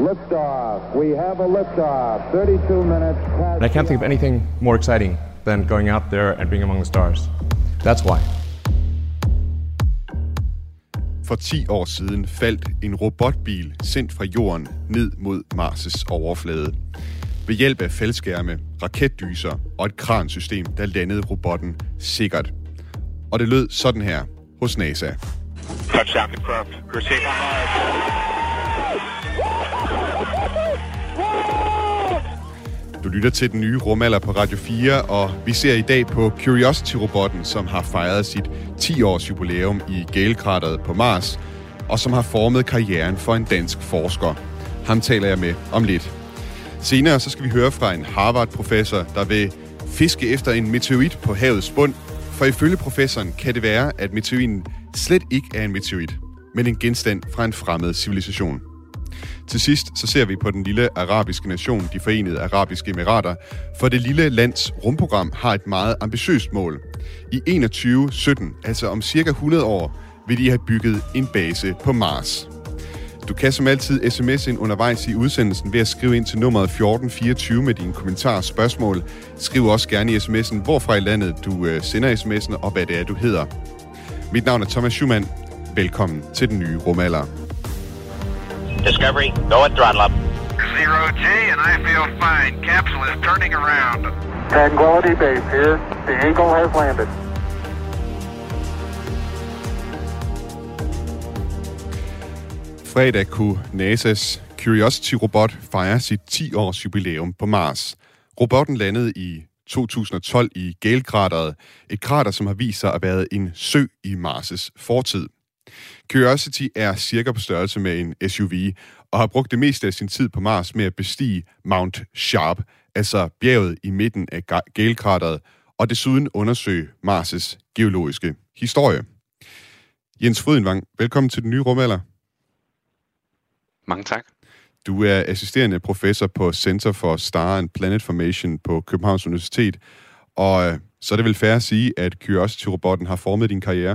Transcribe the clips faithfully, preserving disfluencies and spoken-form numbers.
Liftoff. We have a liftoff. thirty-two minutes past. And I can't think of anything more exciting than going out there and being among the stars. That's why. For ti år siden faldt en robotbil sendt fra jorden ned mod Mars' overflade. Ved hjælp af faldskærme, raketdyser og et kransystem, der landede robotten sikkert. Og det lød sådan her hos NASA. Touchdown confirmed. Receive on Mars. Du lytter til den nye rumalder på Radio fire, og vi ser i dag på Curiosity-robotten, som har fejret sit ti-års jubilæum i Gale-krateret på Mars, og som har formet karrieren for en dansk forsker. Ham taler jeg med om lidt. Senere så skal vi høre fra en Harvard-professor, der vil fiske efter en meteorit på havets bund, for ifølge professoren kan det være, at meteoriten slet ikke er en meteorit, men en genstand fra en fremmed civilisation. Til sidst så ser vi på den lille arabiske nation, de Forenede Arabiske Emirater, for det lille lands rumprogram har et meget ambitiøst mål. I enogtyve sytten, altså om cirka hundrede år, vil de have bygget en base på Mars. Du kan som altid sms'e ind undervejs i udsendelsen ved at skrive ind til nummeret fjorten fireogtyve med dine kommentarer og spørgsmål. Skriv også gerne i sms'en, hvorfra i landet du øh, sender sms'en og hvad det er, du hedder. Mit navn er Thomas Schumann. Velkommen til den nye rumalder. Discovery, go at throttle up. Zero G, and I feel fine. Capsule is turning around. Tranquility Base here. The Eagle has landed. Fredag kunne NASA's Curiosity-robot fejre sit ti-års jubilæum på Mars. Robotten landede i to tusind og tolv i Gale-krateret, et krater, som har vist sig at være en sø i Mars' fortid. Curiosity er cirka på størrelse med en S U V, og har brugt det meste af sin tid på Mars med at bestige Mount Sharp, altså bjerget i midten af Gale-krateret, og desuden undersøge Mars' geologiske historie. Jens Frydenvang, velkommen til den nye rumalder. Mange tak. Du er assisterende professor på Center for Star and Planet Formation på Københavns Universitet, og så er det vel fair at sige, at Curiosity-robotten har formet din karriere?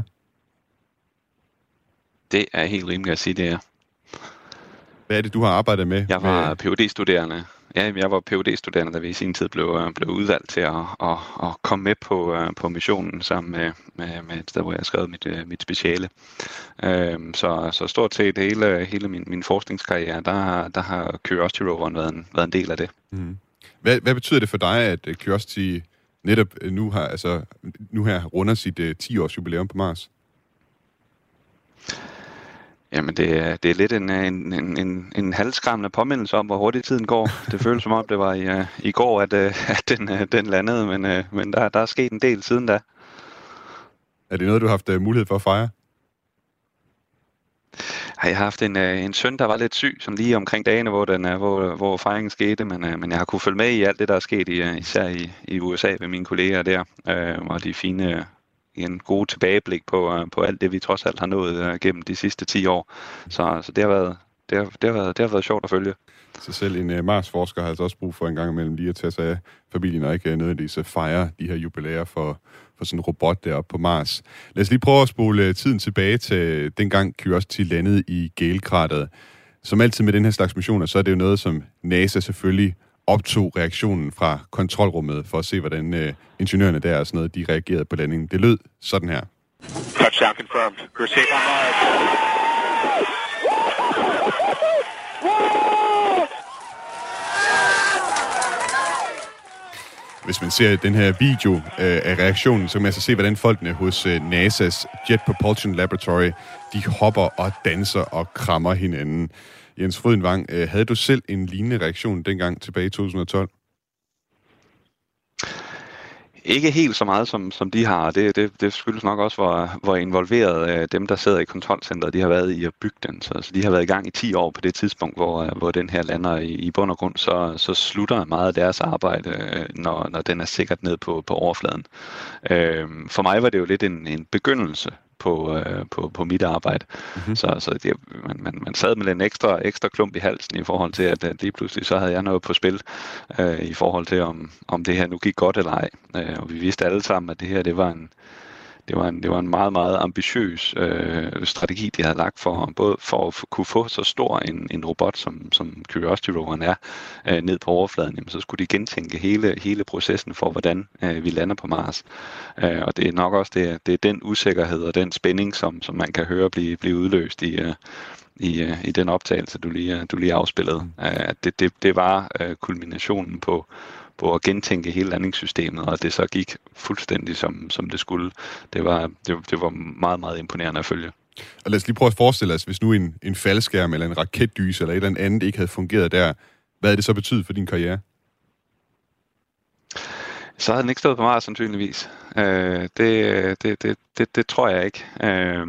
Det er helt rimeligt at sige, det er. Hvad er det, du har arbejdet med? Jeg var P H D-studerende. Ja, jeg var P H D-studerende, da vi i sin tid blev, blev udvalgt til at, at, at komme med på, på missionen sammen med, med, med et sted, hvor jeg har skrevet mit, mit speciale. Så, så stort set hele, hele min, min forskningskarriere, der, der har Curiosity-roveren været en, været en del af det. Mm. Hvad, hvad betyder det for dig, at Curiosity netop nu, har, altså, nu her runder sit uh, ti-års jubilæum på Mars? Jamen, det er, det er lidt en, en, en, en halvskræmmende påmindelse om, hvor hurtigt tiden går. Det føles som om, det var i, uh, i går, at, uh, at den, uh, den landede, men, uh, men der, der er sket en del siden da. Er det noget, du har haft uh, mulighed for at fejre? Jeg har haft en, uh, en søn, der var lidt syg, som lige omkring dagene, hvor, den, uh, hvor, hvor fejringen skete, men, uh, men jeg har kunne følge med i alt det, der er sket, i, uh, især i, i U S A ved mine kolleger der, uh, og de fine... Uh, en god tilbageblik på, uh, på alt det, vi trods alt har nået uh, gennem de sidste ti år. Så, så det, har været, det, har, det, har været, det har været sjovt at følge. Så selv en uh, Mars-forsker har altså også brug for en gang imellem lige at tage sig af familien, og ikke uh, nødvendigvis at fejre de her jubilæer for, for sådan en robot deroppe på Mars. Lad os lige prøve at spole uh, tiden tilbage til dengang Curiosity landede i Gale-krateret. Som altid med den her slags missioner, så er det jo noget, som NASA selvfølgelig optog reaktionen fra kontrolrummet for at se, hvordan øh, ingeniørerne der og sådan noget, de reagerede på landingen. Det lød sådan her. Touchdown confirmed. Receive on Mars. Hvis man ser den her video øh, af reaktionen, så kan man altså se, hvordan folkene hos øh, NASA's Jet Propulsion Laboratory, de hopper og danser og krammer hinanden. Jens Frydenvang, øh, havde du selv en lignende reaktion dengang tilbage i to tusind og tolv? Ikke helt så meget, som, som de har. Det, det, det skyldes nok også, hvor, hvor involveret øh, dem, der sidder i kontrolcentret, de har været i at bygge den. Så, så de har været i gang i ti år på det tidspunkt, hvor, øh, hvor den her lander i, i bund og grund. Så, så slutter meget af deres arbejde, øh, når, når den er sikkert ned på, på overfladen. Øh, for mig var det jo lidt en, en begyndelse på, øh, på, på mit arbejde. Mm-hmm. Så, så det, man, man, man sad med en ekstra, ekstra klump i halsen i forhold til, at, at lige pludselig så havde jeg noget på spil øh, i forhold til, om, om det her nu gik godt eller ej. Øh, og vi vidste alle sammen, at det her det var en, det var en, det var en meget, meget ambitiøs øh, strategi, de havde lagt for, både for at kunne få så stor en, en robot, som, som Curiosity roveren er, øh, ned på overfladen. Jamen, så skulle de gentænke hele, hele processen for, hvordan øh, vi lander på Mars. Øh, og det er nok også det, det er den usikkerhed og den spænding, som, som man kan høre blive, blive udløst i, øh, i, i den optagelse, du lige, du lige afspillede. Uh, det, det, det var uh, kulminationen på, på at gentænke hele landingssystemet, og det så gik fuldstændig som, som det skulle. Det var, det, det var meget, meget imponerende at følge. Og lad os lige prøve at forestille os, hvis nu en, en faldskærm eller en raketdyse eller et eller andet ikke havde fungeret der, hvad havde det så betydet for din karriere? Så havde den ikke stået på Mars sandsynligvis. Uh, det, det, det, det, det tror jeg ikke. Uh,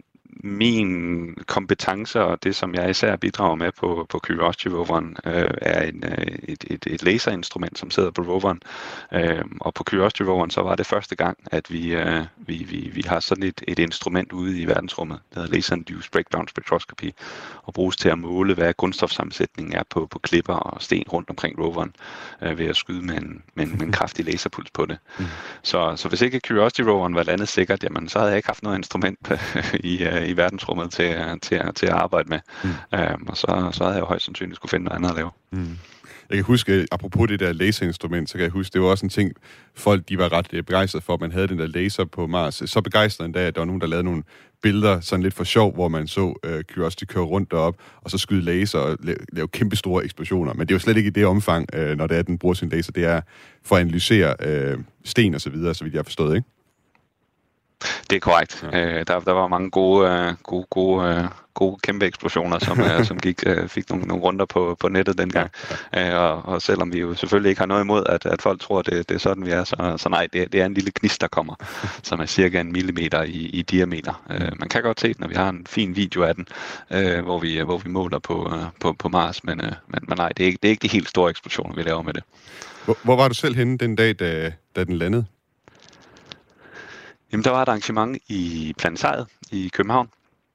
Min kompetence og det, som jeg især bidrager med på, på Curiosity roveren, øh, er en, øh, et, et, et laserinstrument, som sidder på roveren. Øh, og på Curiosity roveren, så var det første gang, at vi, øh, vi, vi, vi har sådan et, et instrument ude i verdensrummet, der hedder Laser-Induced Breakdown Spectroscopy, og bruges til at måle, hvad grundstofsammensætningen er på, på klipper og sten rundt omkring roveren, øh, ved at skyde med en, med en, med en kraftig laserpuls på det. Mm. Så, så hvis ikke Curiosity roveren var landet sikkert, jamen, så havde jeg ikke haft noget instrument i, øh, i verdensrummet til, til, til at arbejde med. Mm. Øhm, og så, så havde jeg jo højst sandsynligt skulle finde noget andet at lave. Mm. Jeg kan huske, apropos det der laserinstrument, så kan jeg huske, det var også en ting, folk de var ret begejstrede for, at man havde den der laser på Mars. Så begejstrede endda, at der var nogen, der lavede nogle billeder sådan lidt for sjov, hvor man så uh, Curiosity køre rundt derop, og så skyde laser og la- lave kæmpe store eksplosioner. Men det er jo slet ikke i det omfang, uh, når det er, at den bruger sin laser. Det er for at analysere uh, sten og så videre, så vidt jeg har forstået, ikke? Det er korrekt. Ja. Øh, der, der var mange gode, øh, gode, gode, øh, gode kæmpe eksplosioner, som, øh, som gik, øh, fik nogle, nogle runder på, på nettet dengang. Ja, ja. Øh, og, og selvom vi jo selvfølgelig ikke har noget imod, at, at folk tror, at det, det er sådan, vi er, så, så nej, det, det er en lille gnist, der kommer, som er cirka en millimeter i, i diameter. Øh, man kan godt se det, når vi har en fin video af den, øh, hvor, vi, hvor vi måler på, øh, på, på Mars, men, øh, men, men nej, det er, ikke, det er ikke de helt store eksplosioner, vi laver med det. Hvor, hvor var du selv henne den dag, da, da den landede? Jamen, der var et arrangement i Planetariet i København,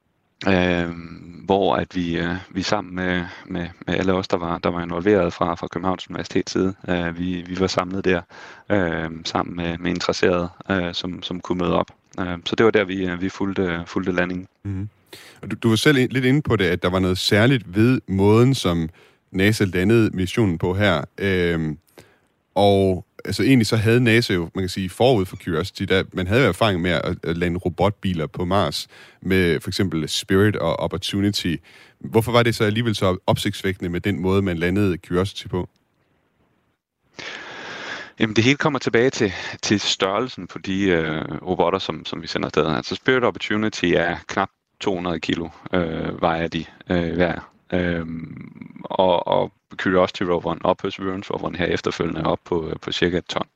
øh, hvor at vi, øh, vi sammen med, med, med alle os, der var, der var involveret fra, fra Københavns Universitets side, øh, vi, vi var samlet der øh, sammen med, med interesserede, øh, som, som kunne møde op. Øh, så det var der, vi, vi fulgte, fulgte landingen. Mm-hmm. Og du, du var selv lidt inde på det, at der var noget særligt ved måden, som NASA landede missionen på her. Øh, og altså egentlig så havde NASA jo, man kan sige, forud for Curiosity, der man havde jo erfaring med at, at lande robotbiler på Mars, med for eksempel Spirit og Opportunity. Hvorfor var det så alligevel så opsigtsvækkende med den måde, man landede Curiosity på? Jamen, det hele kommer tilbage til, til størrelsen på de øh, robotter, som, som vi sender afsted. Altså Spirit Opportunity er knap to hundrede kilo, øh, vejer de øh, hver. Øhm, og, og Curiosity roveren og Perseverance roveren her efterfølgende op på, på cirka et ton.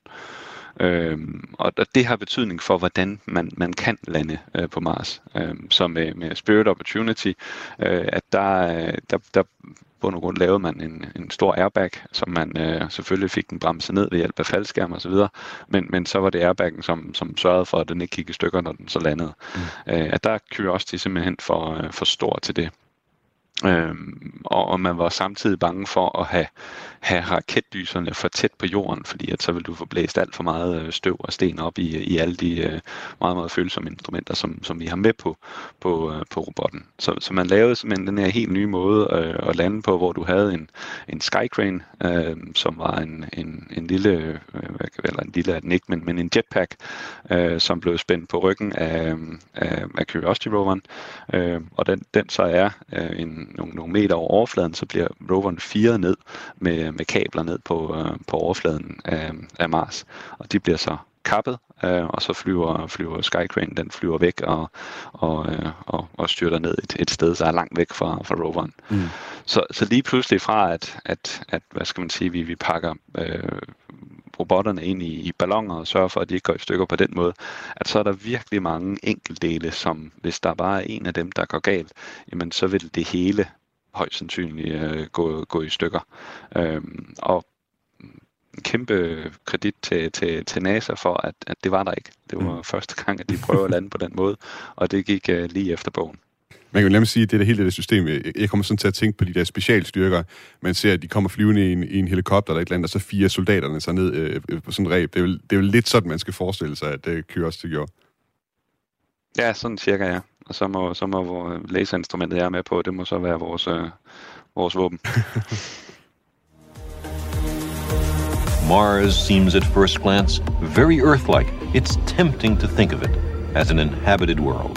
Øhm, og det har betydning for, hvordan man, man kan lande øh, på Mars. Øhm, så med, med Spirit Opportunity, øh, at der, der, der på nogle grund lavede man en, en stor airbag, som man øh, selvfølgelig fik den bremset ned ved hjælp af faldskærm og så videre, men, men så var det airbaggen, som, som sørgede for, at den ikke gik i stykker, når den så landede. Mm. Øh, at der er Curiosity simpelthen for, for stor til det. Øhm, og, og man var samtidig bange for at have, have raketdyserne for tæt på jorden, fordi at så vil du få blæst alt for meget støv og sten op i, i alle de øh, meget, meget følsomme instrumenter, som, som vi har med på, på, øh, på robotten. Så, så man lavede simpelthen den her helt nye måde øh, at lande på, hvor du havde en, en skycrane, øh, som var en, en, en lille, øh, eller en lille af den ikke, men, men en jetpack, øh, som blev spændt på ryggen af, af, af Curiosity roveren, øh, og den, den så er øh, en Nogle, nogle meter over overfladen, så bliver roveren firet ned med, med kabler ned på, øh, på overfladen af, af Mars. Og de bliver så kappet, øh, og så flyver, flyver Skycrane, den flyver væk og, og, øh, og, og styrter ned et, et sted, så er langt væk fra, fra roveren. Mm. Så, så lige pludselig fra, at, at, at hvad skal man sige, vi, vi pakker øh, robotterne ind i, i balloner og sørger for, at de ikke går i stykker på den måde, at så er der virkelig mange enkeltdele, som hvis der bare er en af dem, der går galt, jamen så vil det hele højst sandsynligt øh, gå, gå i stykker. Øhm, og en kæmpe kredit til, til, til NASA for, at, at det var der ikke. Det var mm. første gang, at de prøvede at lande på den måde, og det gik øh, lige efter bogen. Man kan jo nemlig sige, at det er hele det system. Jeg kommer sådan til at tænke på de der specialstyrker. Man ser, at de kommer flyvende i en, i en helikopter eller et eller andet, og så fire soldaterne så ned øh, på sådan en ræb. Det er, jo, det er jo lidt sådan, man skal forestille sig, at det Curiosity gjorde. Ja, sådan cirka, ja. Og så må, så må laserinstrumentet, jeg er med på, det må så være vores, øh, vores våben. Mars seems at first glance very Earth-like. It's tempting to think of it as an inhabited world.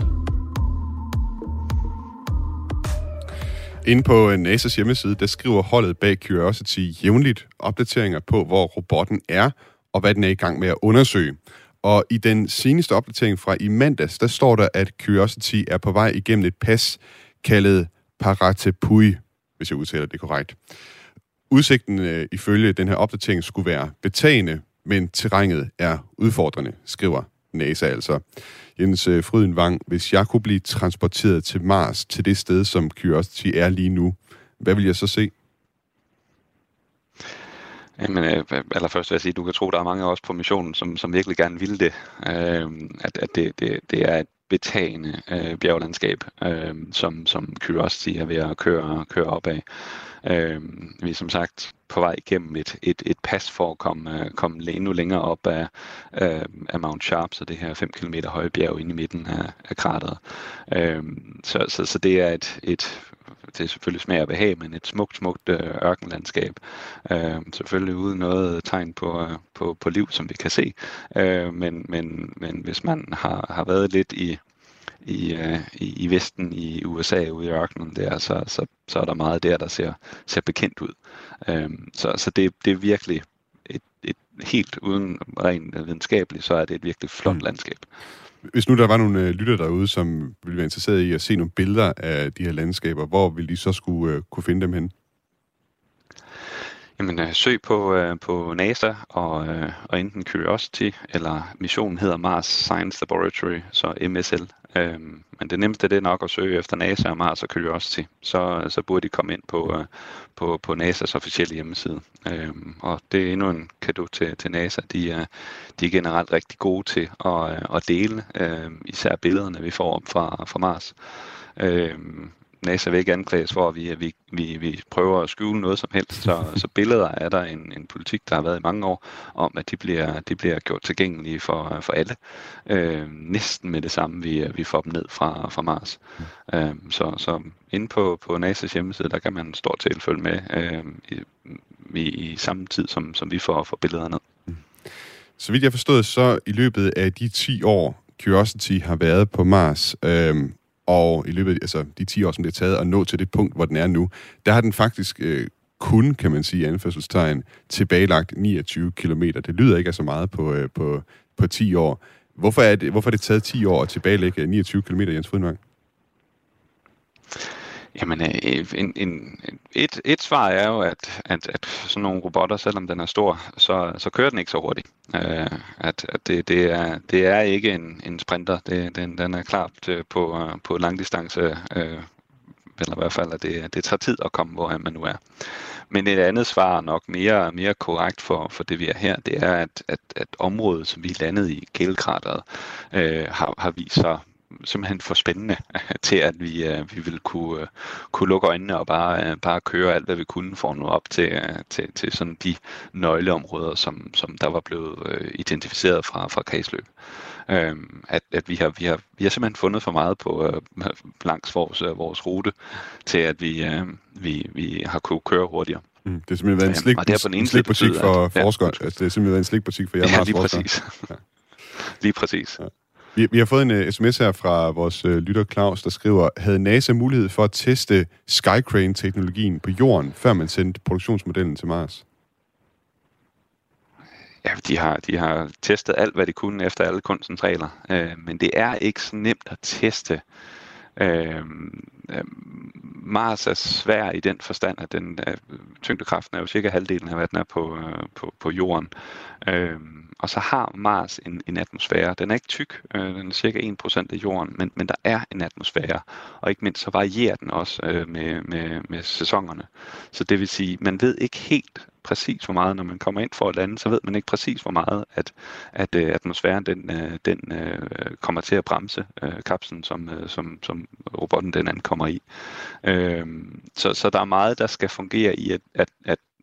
Inde på N A S A's hjemmeside, der skriver holdet bag Curiosity jævnligt opdateringer på, hvor robotten er, og hvad den er i gang med at undersøge. Og i den seneste opdatering fra i mandags, der står der, at Curiosity er på vej igennem et pas kaldet Paratepui, hvis jeg udtaler det korrekt. Udsigten øh, ifølge den her opdatering skulle være betagende, men terrænet er udfordrende, skriver NASA altså. Jens øh, Frydenvang, hvis jeg kunne blive transporteret til Mars, til det sted, som Curiosity er lige nu, hvad vil jeg så se? Jamen, øh, allerførst vil jeg sige, at du kan tro, at der er mange af os på missionen, som, som virkelig gerne vil det. Øh, at at det, det, det er et betagende øh, bjerglandskab, øh, som, som Curiosity er ved at køre, køre op af. Øh, vi er som sagt på vej igennem et, et, et pas for at komme, komme endnu længere op af, øh, af Mount Sharp, så det her fem kilometer høje bjerg inde i midten af, af krateret. Øh, så, så, så det er et, et det er selvfølgelig smag og behag, men et smukt, smukt øh, ørkenlandskab. Øh, selvfølgelig uden noget tegn på, øh, på, på liv, som vi kan se. Øh, men, men, men hvis man har, har været lidt i, i, øh, i, i Vesten, i U S A, ude i ørkenen der, så, så, så er der meget der, der ser, ser bekendt ud. Øh, så så det, det er virkelig et, et helt uden rent videnskabeligt, så er det et virkelig flot mm. landskab. Hvis nu der var nogle lytter derude, som ville være interesseret i at se nogle billeder af de her landskaber, hvor ville de så skulle uh, kunne finde dem hen? Jamen, søg på, uh, på NASA og, uh, og enten Curiosity, eller missionen hedder Mars Science Laboratory, så M S L. Uh, men det nemmeste det er nok at søge efter NASA og Mars og Curiosity. Så, så burde de komme ind på, uh, på, på N A S A's officielle hjemmeside. Uh, og det er endnu en cadeau til, til NASA. De er, de er generelt rigtig gode til at, at dele uh, især billederne, vi får op fra, fra Mars. Uh, NASA vil ikke anklages for, at vi, vi, vi, vi prøver at skjule noget som helst, så, så billeder er der en, en politik, der har været i mange år, om at de bliver, de bliver gjort tilgængelige for, for alle. Øh, næsten med det samme, vi, vi får dem ned fra, fra Mars. Mm. Øh, så, så inde på, på N A S A's hjemmeside, der kan man stort set følge med øh, i, i, i samme tid, som, som vi får, får billeder ned. Mm. Så vidt jeg forstod, så i løbet af de ti år, Curiosity har været på Mars, øh, og i løbet af altså, de ti år, som det er taget at nå til det punkt, hvor den er nu, der har den faktisk øh, kun, kan man sige, anførselstegn, tilbagelagt niogtyve kilometer. Det lyder ikke af så meget på, øh, på, på ti år. Hvorfor er, det, hvorfor er det taget ti år at tilbagelægge niogtyve kilometer, Jens Frydenvang? Jamen, en, en, et, et svar er jo, at, at, at sådan nogle robotter, selvom den er stor, så, så kører den ikke så hurtigt. Uh, at at det, det, er, det er ikke en, en sprinter. Det, den, den er klart på, på langdistance, uh, eller i hvert fald, at det, det tager tid at komme, hvor man nu er. Men et andet svar, nok mere, mere korrekt for, for det, vi er her, det er, at, at, at området, som vi landede i, Gale-krateret, uh, har, har vist sig simpelthen for spændende til, at vi, uh, vi ville kunne, uh, kunne lukke øjnene og bare, uh, bare køre alt, hvad vi kunne for at nå op til, uh, til, til sådan de nøgleområder, som, som der var blevet uh, identificeret fra, fra kredsløb. Uh, at at vi, har, vi, har, vi har simpelthen fundet for meget på uh, langs vores, uh, vores rute, til at vi, uh, vi, vi har kunne køre hurtigere. Mm, det har simpelthen været en slik, um, en slikbutik for at, forskere. Ja, altså, det har simpelthen været en slikbutik for jer, ja, Mars lige forskere. præcis. Ja. Lige præcis. Ja. Vi, vi har fået en uh, sms her fra vores uh, lytter Claus, der skriver, havde NASA mulighed for at teste Skycrane-teknologien på jorden, før man sendte produktionsmodellen til Mars? Ja, de har, de har testet alt, hvad de kunne efter alle kunstens regler, øh, men det er ikke så nemt at teste. Øh, øh, Mars er svær i den forstand, at den, øh, tyngdekraften er jo cirka halvdelen af, hvad den er på, øh, på, på jorden. Øh, og så har Mars en, en atmosfære. Den er ikke tyk, øh, den er cirka en procent af jorden, men, men der er en atmosfære. Og ikke mindst så varierer den også øh, med, med, med sæsonerne. Så det vil sige, man ved ikke helt præcis hvor meget, når man kommer ind for at lande, så ved man ikke præcis hvor meget, at, at øh, atmosfæren den, øh, den øh, kommer til at bremse øh, kapslen, som, øh, som, som robotten den ankommer i. Øh, så, så der er meget, der skal fungere i, at, at, at, at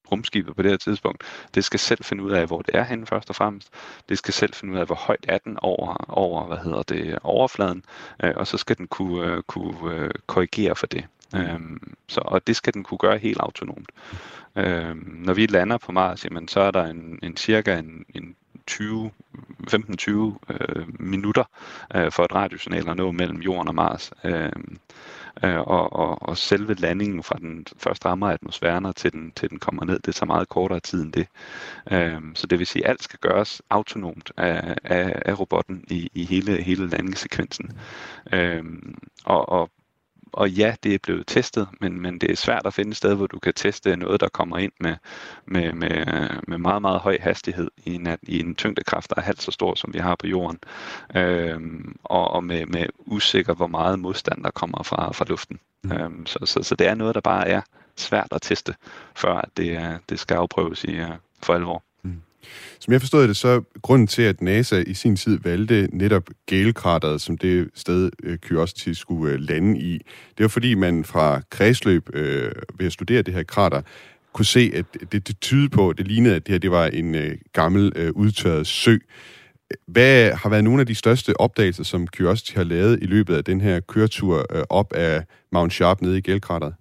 rumskibet på det her tidspunkt, det skal selv finde ud af, hvor det er henne først og fremmest. Det skal selv finde ud af, hvor højt er den over, over hvad hedder det, overfladen, øh, og så skal den kunne, øh, kunne øh, korrigere for det. Øhm, så, og det skal den kunne gøre helt autonomt. Øhm, når vi lander på Mars, jamen, så er der en, en cirka en, en femten til tyve øh, minutter øh, for et radiosignal at nå mellem Jorden og Mars. Øh, øh, og, og, og selve landingen fra den første rammer atmosfæren til den, til den kommer ned, det tager meget kortere tid end det. Øh, så det vil sige, at alt skal gøres autonomt af, af, af robotten i, i hele, hele landingssekvensen. Øh, og, og Og ja, det er blevet testet, men, men det er svært at finde et sted, hvor du kan teste noget, der kommer ind med, med, med, med meget, meget høj hastighed i en, i en tyngdekraft, der er halvt så stor, som vi har på Jorden, øhm, og, og med, med usikker, hvor meget modstand, der kommer fra, fra luften. Mm. Øhm, så, så, så det er noget, der bare er svært at teste, før at det, det skal afprøves i, for alvor. Mm. Som jeg forstod det, så grunden til, at NASA i sin tid valgte netop Gale-krateret som det sted, Curiosity skulle lande i, det var fordi, man fra kredsløb øh, ved at studere det her krater, kunne se, at det, det tydede på, det lignede, at det her det var en øh, gammel, øh, udtørret sø. Hvad har været nogle af de største opdagelser, som Curiosity har lavet i løbet af den her køretur øh, op af Mount Sharp nede i Gale-krateret?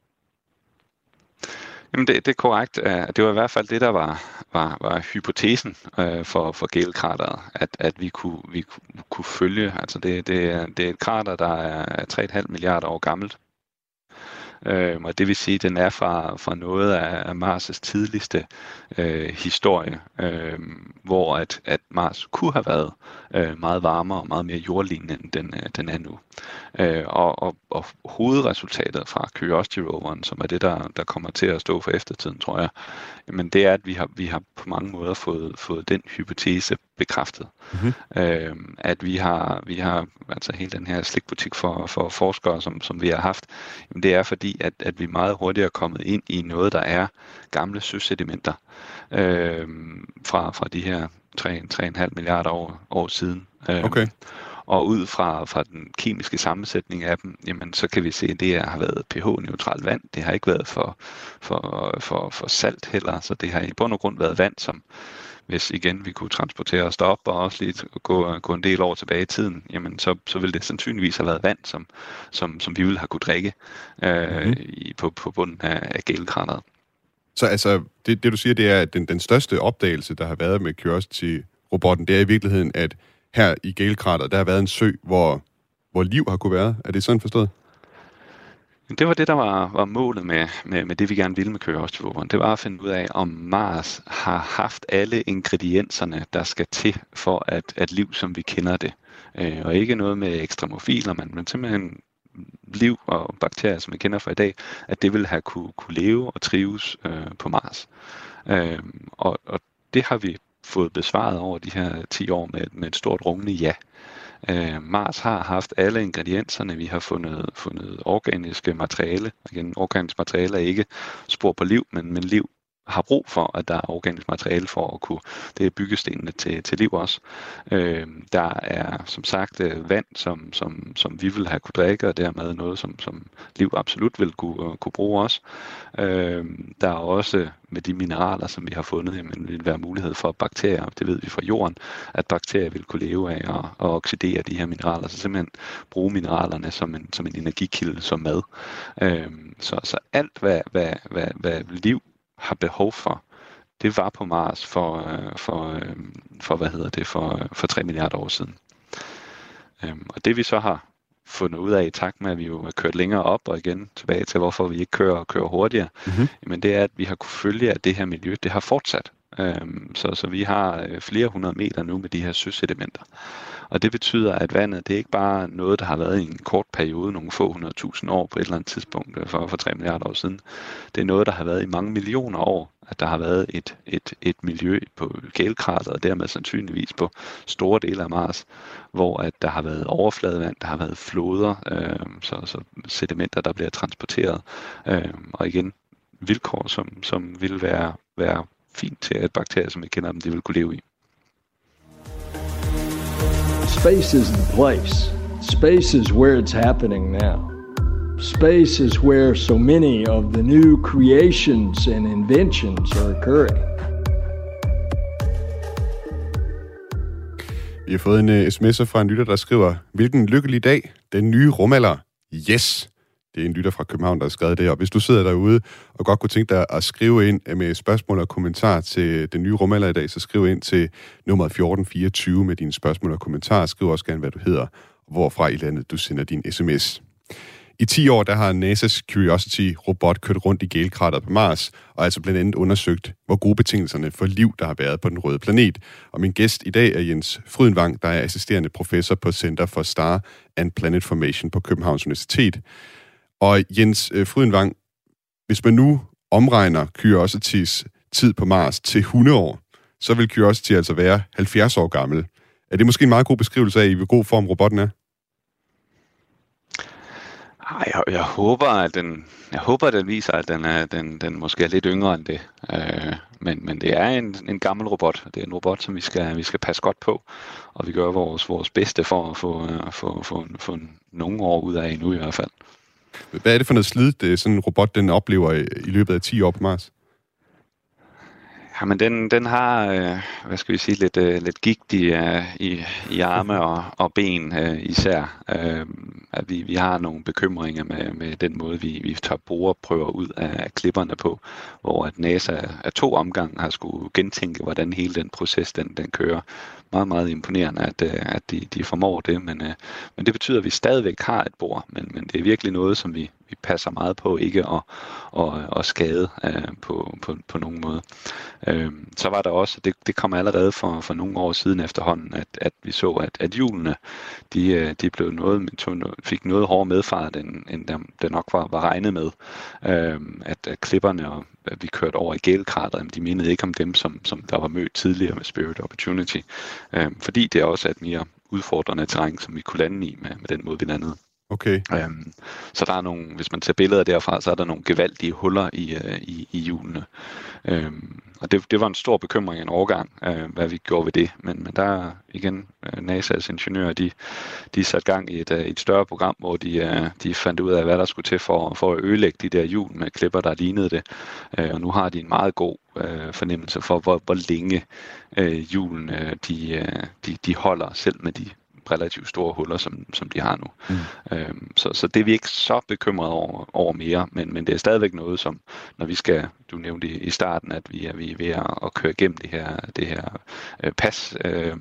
Jamen det, det er korrekt. Det var i hvert fald det, der var, var, var hypotesen øh, for, for Gale-krateret, at, at vi, kunne, vi kunne, kunne følge. Altså det, det, det er et krater, der er tre komma fem milliarder år gammelt. Øh, og det vil sige, at den er fra, fra noget af Mars' tidligste øh, historie, øh, hvor at, at Mars kunne have været øh, meget varmere og meget mere jordlignende, end den, den er nu. Øh, og, og, og hovedresultatet fra Curiosity-roveren, som er det, der, der kommer til at stå for eftertiden, tror jeg, men det er, at vi har, vi har på mange måder fået, fået den hypotese bekræftet. Mm-hmm. Øh, at vi har, vi har altså hele den her slikbutik for, for forskere, som, som vi har haft, jamen det er fordi, at, at vi meget hurtigt er kommet ind i noget, der er gamle søsedimenter øh, fra, fra de her tre komma fem milliarder år, år siden. Øh, okay. Og ud fra, fra den kemiske sammensætning af dem, jamen, så kan vi se, at det har været pH-neutralt vand. Det har ikke været for, for, for, for salt heller, så det har i bund og grund været vand, som hvis igen vi kunne transportere os derop og også lige gå, gå en del år tilbage i tiden, jamen så, så ville det sandsynligvis have været vand, som, som, som vi ville have kunne drikke øh, mm-hmm. i, på, på bunden af, af Gale-krateret. Så altså, det, det du siger, det er, at den, den største opdagelse, der har været med Curiosity-robotten, det er i virkeligheden, at her i Gale-krateret, der har været en sø, hvor, hvor liv har kunne være. Er det sådan forstået? Det var det, der var, var målet med, med, med det, vi gerne ville med Curiosity-roveren. Det var at finde ud af, om Mars har haft alle ingredienserne, der skal til for at, at liv, som vi kender det. Øh, og ikke noget med ekstremofiler, men, men simpelthen liv og bakterier, som vi kender fra i dag, at det vil have kunne, kunne leve og trives øh, på Mars. Øh, og, og det har vi fået besvaret over de her ti år med, med et stort rungende ja. Øh, Mars har haft alle ingredienserne. Vi har fundet, fundet organiske materiale. Igen, organisk materiale er ikke spor på liv, men, men liv har brug for, at der er organisk materiale for at kunne, det er byggestenene til, til liv også. Øh, der er som sagt vand, som, som, som vi vil have kunne drikke, og dermed noget, som, som liv absolut vil kunne, kunne bruge også. Øh, der er også med de mineraler, som vi har fundet, jamen, vil være mulighed for bakterier, det ved vi fra jorden, at bakterier vil kunne leve af og, og oxidere de her mineraler, så simpelthen bruge mineralerne som en, som en energikilde, som mad. Øh, så, så alt, hvad, hvad, hvad, hvad liv har behov for, det var på Mars for, for, for hvad hedder det, for, for tre milliarder år siden. Og det vi så har fundet ud af i takt med, at vi jo har kørt længere op og igen tilbage til, hvorfor vi ikke kører, kører hurtigere, mm-hmm. men det er, at vi har kunne følge, at det her miljø, det har fortsat. Så, så vi har flere hundrede meter nu med de her søsedimenter. Og det betyder, at vandet, det er ikke bare noget, der har været i en kort periode, nogle få hundrede tusind år på et eller andet tidspunkt for, for tre milliarder år siden. Det er noget, der har været i mange millioner år, at der har været et, et, et miljø på Gale-krateret, og dermed sandsynligvis på store dele af Mars, hvor at der har været overfladevand, der har været floder, øh, så, så sedimenter, der bliver transporteret, øh, og igen vilkår, som, som vil være, være fint til, at bakterier, som vi kender dem, de vil kunne leve i. Space is the place. Space is where it's happening now. Space is where so many of the new creations and inventions are occurring. Vi har fået en uh, sms'er fra en lytter, der skriver, hvilken lykkelig dag, den nye rumalder. Yes! Det er en lytter fra København, der har skrevet det. Og hvis du sidder derude og godt kunne tænke dig at skrive ind med spørgsmål og kommentarer til den nye rumalder i dag, så skriv ind til nummer fjorten fireogtyve med dine spørgsmål og kommentarer. Skriv også gerne, hvad du hedder, og hvorfra i landet du sender din sms. I ti år, der har NASA's Curiosity-robot kørt rundt i gælkrateret på Mars, og altså blandt andet undersøgt, hvor gode betingelserne for liv, der har været på den røde planet. Og min gæst i dag er Jens Frydenvang, der er assisterende professor på Center for Star and Planet Formation på Københavns Universitet. Og Jens Frydenvang, hvis man nu omregner Curiositys tid på Mars til hundrede år, så vil Curiosity altså være halvfjerds år gammel. Er det måske en meget god beskrivelse af, i hvor god form robotten er? Jeg, jeg håber, at den, jeg håber, at den viser, at den, er, den, den måske er lidt yngre end det. Øh, men, men det er en, en gammel robot. Det er en robot, som vi skal, vi skal passe godt på. Og vi gør vores, vores bedste for at få, få, få, få nogle år ud af nu i hvert fald. Hvad er det for noget slid, sådan en robot den oplever i, i løbet af ti år på Mars? Jamen, den, den har, øh, hvad skal vi sige, lidt, øh, lidt gigt i, øh, i, i arme og, og ben øh, især. Øh, at vi, vi har nogle bekymringer med, med den måde, vi, vi tager boreprøver ud af klipperne på, hvor at NASA af to omgange har skulle gentænke, hvordan hele den proces, den, den kører. Meget, meget imponerende, at, at de, de formår det, men, men det betyder, at vi stadigvæk har et bord, men, men det er virkelig noget, som vi, vi passer meget på ikke at, at, at skade uh, på, på, på nogen måde. Uh, så var der også, det, det kom allerede for, for nogle år siden efterhånden, at, at vi så, at, at hjulene, de, de blev noget, fik noget hårdere medfart, end, end det nok var, var regnet med. Uh, at, at klipperne, og at vi kørte over i gælkrateret, de mindede ikke om dem, som, som der var mødt tidligere med Spirit Opportunity. Uh, fordi det er også et mere udfordrende terræn, som vi kunne lande i med, med den måde, vi landede. Okay. Øhm, så der er nogle, hvis man tager billeder derfra, så er der nogle gevaldige huller i, øh, i, i hjulene. Øhm, og det, det var en stor bekymring i en årgang, øh, hvad vi gjorde ved det. Men, men der er igen øh, NASA's ingeniører, de, de satte gang i et, øh, et større program, hvor de, øh, de fandt ud af, hvad der skulle til for, for at ødelægge de der hjul med klipper, der lignede det. Øh, og nu har de en meget god øh, fornemmelse for, hvor, hvor længe øh, hjulene de, øh, de, de holder, selv med de relativt store huller, som, som de har nu. Mm. Øhm, så, så det er vi ikke så bekymrede over, over mere, men, men det er stadigvæk noget, som når vi skal, du nævnte i, i starten, at vi er, vi er ved at, at køre igennem det her, det her øh, pas, øh,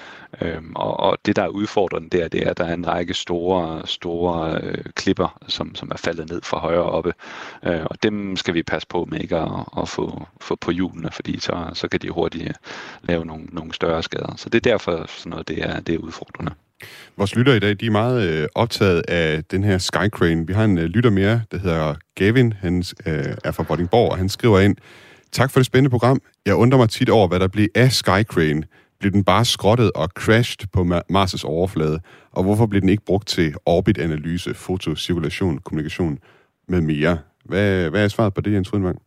Øhm, og, og det, der er udfordrende der, det er, at der er en række store, store øh, klipper, som, som er faldet ned fra højre oppe. Øh, og dem skal vi passe på med ikke at, at få, få på hjulene, fordi så, så kan de hurtigt lave nogle, nogle større skader. Så det er derfor, sådan noget, det er, det er udfordrende. Vores lytter i dag, de er meget øh, optaget af den her Skycrane. Vi har en øh, lytter mere, der hedder Gavin. Han øh, er fra Vordingborg, og han skriver ind: Tak for det spændende program. Jeg undrer mig tit over, hvad der blev af Skycrane. Blev den bare skrottet og crashed på Mars' overflade? Og hvorfor blev den ikke brugt til orbitanalyse, fotocirkulation, kommunikation med mere? Hvad, hvad er svaret på det, Jens Frydenvang?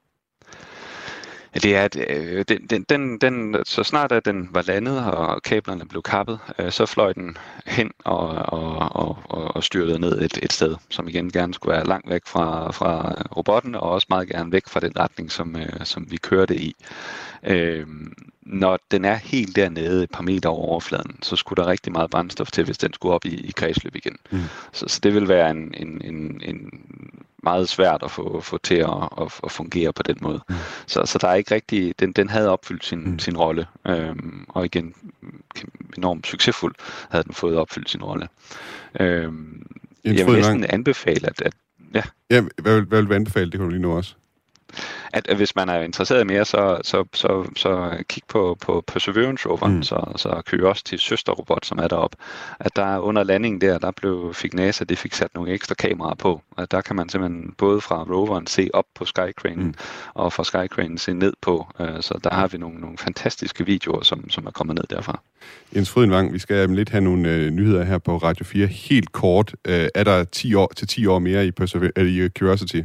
Det er, at øh, den, den, den, den, så snart at den var landet, og kablerne blev kappet, øh, så fløj den hen og, og, og, og styrtede ned et, et sted, som igen gerne skulle være langt væk fra, fra robotten, og også meget gerne væk fra den retning, som, øh, som vi kørte i. Øh, når den er helt dernede et par meter over overfladen, så skulle der rigtig meget brændstof til, hvis den skulle op i, i kredsløb igen. Mm. Så, så det vil være en, en, en, en meget svært at få, få til at, at, at fungere på den måde. Mm. Så, så der er ikke rigtig, den, den havde opfyldt sin, mm. sin rolle, øhm, og igen enormt succesfuld havde den fået opfyldt sin rolle. Øhm, jeg vil næsten anbefale, at, at ja. Ja, hvad vil, hvad vil du anbefale? Det kan du lige nu også. At, at hvis man er interesseret mere, så, så, så, så kig på, på Perseverance roveren, mm. så, så kører også til søsterrobot, som er deroppe. At der under landingen der, der blev, fik NASA, det fik sat nogle ekstra kameraer på. At der kan man simpelthen både fra roveren se op på Skycrane, mm. og fra Skycrane se ned på. Så der har vi nogle, nogle fantastiske videoer, som, som er kommet ned derfra. Jens Frydenvang, vi skal lidt have nogle øh, nyheder her på Radio fire. Helt kort, øh, er der ti år til ti år mere i, Persever- i Curiosity?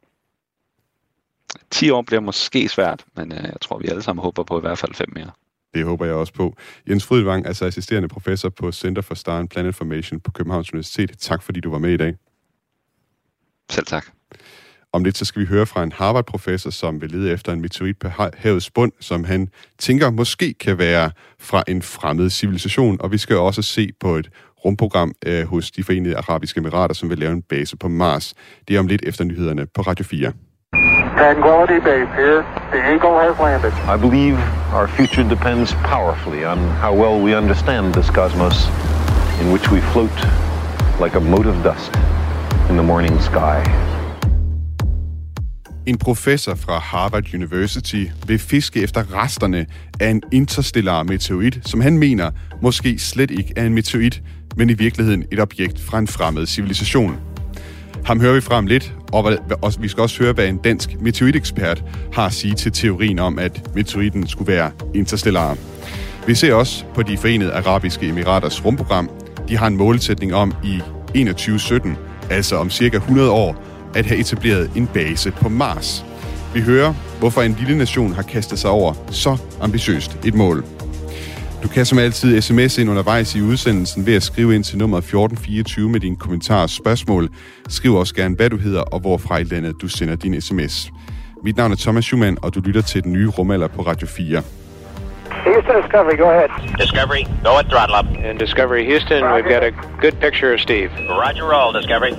ti år bliver måske svært, men øh, jeg tror, vi alle sammen håber på i hvert fald fem mere. Det håber jeg også på. Jens Frydenvang, altså assisterende professor på Center for Star and Planet Formation på Københavns Universitet. Tak fordi du var med i dag. Selv tak. Om lidt så skal vi høre fra en Harvard-professor, som vil lede efter en meteorit på havets bund, som han tænker måske kan være fra en fremmed civilisation. Og vi skal også se på et rumprogram øh, hos de Forenede Arabiske Emirater, som vil lave en base på Mars. Det er om lidt efter nyhederne på Radio fire. Tranquility Base here. The Eagle has landed. I believe our future depends powerfully on how well we understand this cosmos in which we float like a mote of dust in the morning sky. En professor fra Harvard University vil fiske efter resterne af en interstellar meteorit, som han mener måske slet ikke er en meteorit, men i virkeligheden et objekt fra en fremmed civilisation. Ham hører vi fra om lidt, og vi skal også høre, hvad en dansk meteoritekspert har at sige til teorien om, at meteoritten skulle være interstellar. Vi ser også på de Forenede Arabiske Emiraters rumprogram. De har en målsætning om i enogtyve sytten, altså om cirka hundrede år, at have etableret en base på Mars. Vi hører, hvorfor en lille nation har kastet sig over så ambitiøst et mål. Du kan som altid sms ind undervejs i udsendelsen ved at skrive ind til nummer fjorten fireogtyve med dine kommentarer og spørgsmål. Skriv også gerne, hvad du hedder og hvorfra i landet du sender din sms. Mit navn er Thomas Schumann, og du lytter til den nye rumalder på Radio fire. Houston Discovery, go ahead. Discovery, go at throttle up. And Discovery Houston, we've got a good picture of Steve. Roger roll, Discovery.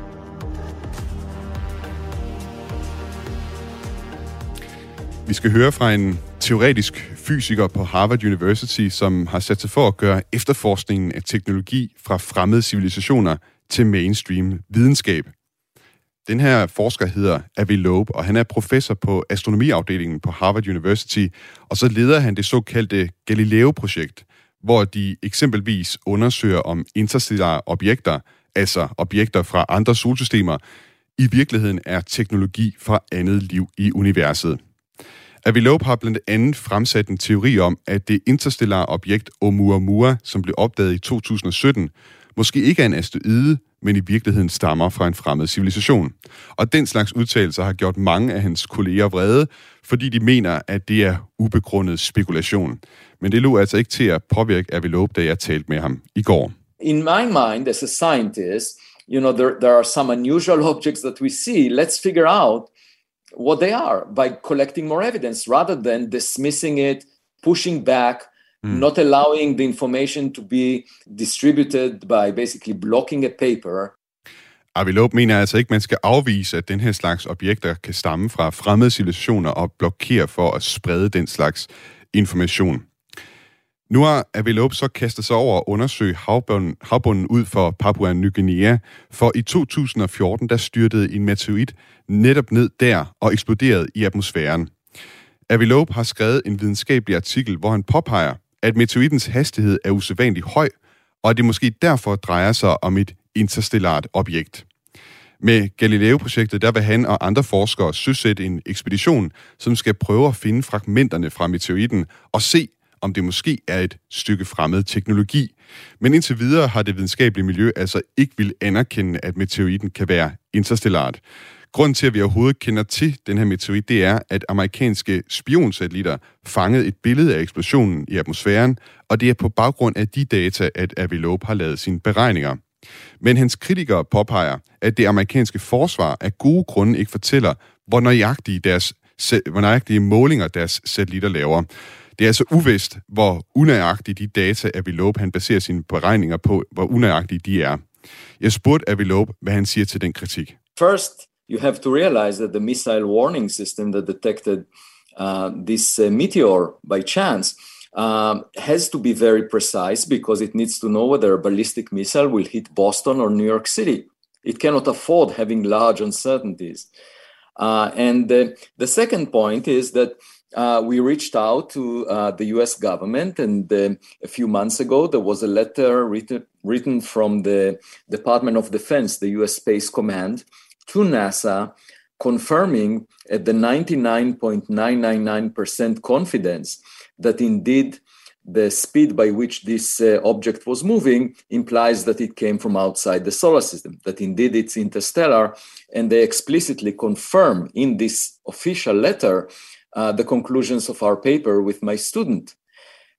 Vi skal høre fra en teoretisk fysiker på Harvard University, som har sat sig for at gøre efterforskningen af teknologi fra fremmede civilisationer til mainstream videnskab. Den her forsker hedder Avi Loeb, og han er professor på astronomiafdelingen på Harvard University, og så leder han det såkaldte Galileo-projekt, hvor de eksempelvis undersøger om interstellare objekter, altså objekter fra andre solsystemer, i virkeligheden er teknologi fra andet liv i universet. Avi Loeb har blandt andet fremsat en teori om, at det interstellare objekt Oumuamua, som blev opdaget i to tusind og sytten, måske ikke er en asteroide, men i virkeligheden stammer fra en fremmed civilisation. Og den slags udtalelser har gjort mange af hans kolleger vrede, fordi de mener, at det er ubegrundet spekulation. Men det lå altså ikke til at påvirke Avi Loeb, da jeg talte med ham i går. In my mind, as a scientist, you know, there, there are some unusual objects that we see. Let's figure out what they are by collecting more evidence rather than dismissing it, pushing back, mm. not allowing the information to be distributed by basically blocking a paper. Avi Loeb mener altså ikke, man skal afvise, at den her slags objekter kan stamme fra fremmede civilisationer og blokere for at sprede den slags information. Nu har Avi Loeb så kastet sig over at undersøge havbunden, havbunden ud for Papua Ny Guinea, for i to tusind og fjorten der styrtede en meteorit netop ned der og eksploderede i atmosfæren. Avi Loeb har skrevet en videnskabelig artikel, hvor han påpeger, at meteorittens hastighed er usædvanligt høj, og at det måske derfor drejer sig om et interstellart objekt. Med Galileo-projektet der vil han og andre forskere søsætte en ekspedition, som skal prøve at finde fragmenterne fra meteoritten og se, om det måske er et stykke fremmed teknologi. Men indtil videre har det videnskabelige miljø altså ikke vil anerkende, at meteoritten kan være interstellart. Grunden til, at vi overhovedet kender til den her meteorit, det er, at amerikanske spionsatellitter fangede et billede af eksplosionen i atmosfæren, og det er på baggrund af de data, at Avi Loeb har lavet sine beregninger. Men hans kritikere påpeger, at det amerikanske forsvar af gode grunde ikke fortæller, hvor nøjagtige, deres, hvor nøjagtige målinger deres satellitter laver. Det er altså uvist, hvor unøjagtige de data, Avi Loeb han baserer sine beregninger på, hvor unøjagtige de er. Jeg spurgte Avi Loeb, hvad han siger til den kritik. First, you have to realize that the missile warning system that detected uh, this uh, meteor by chance um, has to be very precise because it needs to know whether a ballistic missile will hit Boston or New York City. It cannot afford having large uncertainties. Uh, and uh, the second point is that Uh, we reached out to uh, the U S government, and uh, a few months ago there was a letter written, written from the Department of Defense, the U S Space Command, to NASA, confirming at the ninety-nine point nine nine nine percent confidence that indeed the speed by which this uh, object was moving implies that it came from outside the solar system, that indeed it's interstellar, and they explicitly confirm in this official letter Uh, the conclusions of our paper with my student.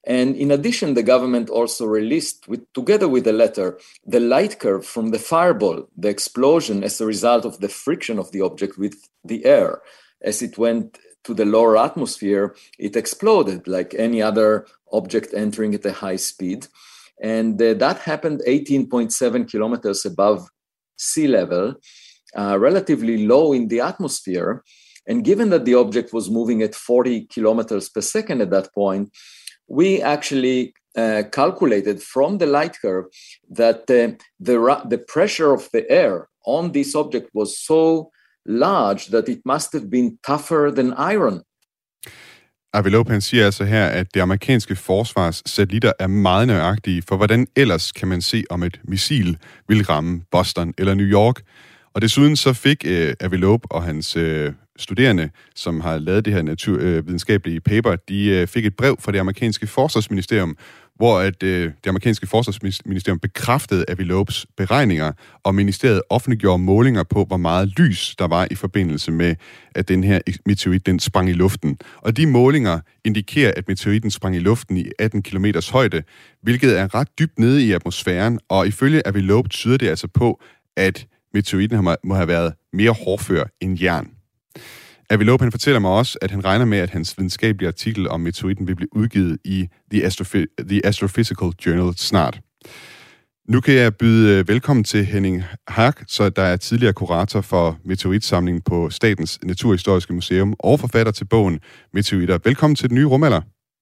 And in addition, the government also released, with, together with the letter, the light curve from the fireball, the explosion as a result of the friction of the object with the air. As it went to the lower atmosphere, it exploded like any other object entering at a high speed. And uh, that happened eighteen point seven kilometers above sea level, uh, relatively low in the atmosphere. And given that the object was moving at forty kilometers per second at that point, we actually uh, calculated from the light curve that uh, the, the pressure of the air on this object was so large that it must have been tougher than iron. Avi Loeb, han siger altså her, at det amerikanske forsvars satellitter er meget nøjagtige, for hvordan ellers kan man se, om et missil vil ramme Boston eller New York. Og desuden så fik øh, Avi Loeb og hans øh, studerende, som har lavet det her naturvidenskabelige øh, paper, de øh, fik et brev fra det amerikanske forsvarsministerium, hvor at, øh, det amerikanske forsvarsministerium bekræftede Avi Loebs beregninger, og ministeriet offentliggjorde målinger på, hvor meget lys der var i forbindelse med, at den her meteorit den sprang i luften. Og de målinger indikerer, at meteoritten sprang i luften i atten kilometers højde, hvilket er ret dybt nede i atmosfæren, og ifølge Avi Loeb tyder det altså på, at meteoritten må have været mere hårdfør end jern. Avi Loeb, han fortæller mig også, at han regner med, at hans videnskabelige artikel om meteoritten vil blive udgivet i The, Astrophy- The Astrophysical Journal snart. Nu kan jeg byde velkommen til Henning Haag, så der er tidligere kurator for meteoritsamlingen på Statens Naturhistoriske Museum og forfatter til bogen Meteoritter. Velkommen til den nye rumalder.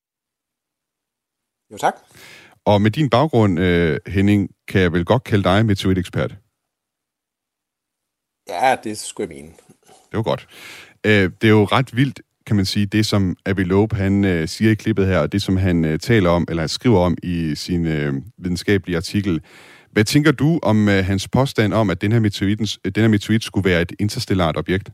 Jo, tak. Og med din baggrund, Henning, kan jeg vel godt kalde dig meteoritekspert? Ja, det skulle jeg mene. Det var godt. Det er jo ret vildt, kan man sige, det som Avi Loeb, han siger i klippet her, og det som han taler om, eller skriver om i sin videnskabelige artikel. Hvad tænker du om hans påstand om, at den her meteorit, den her meteorit skulle være et interstellart objekt?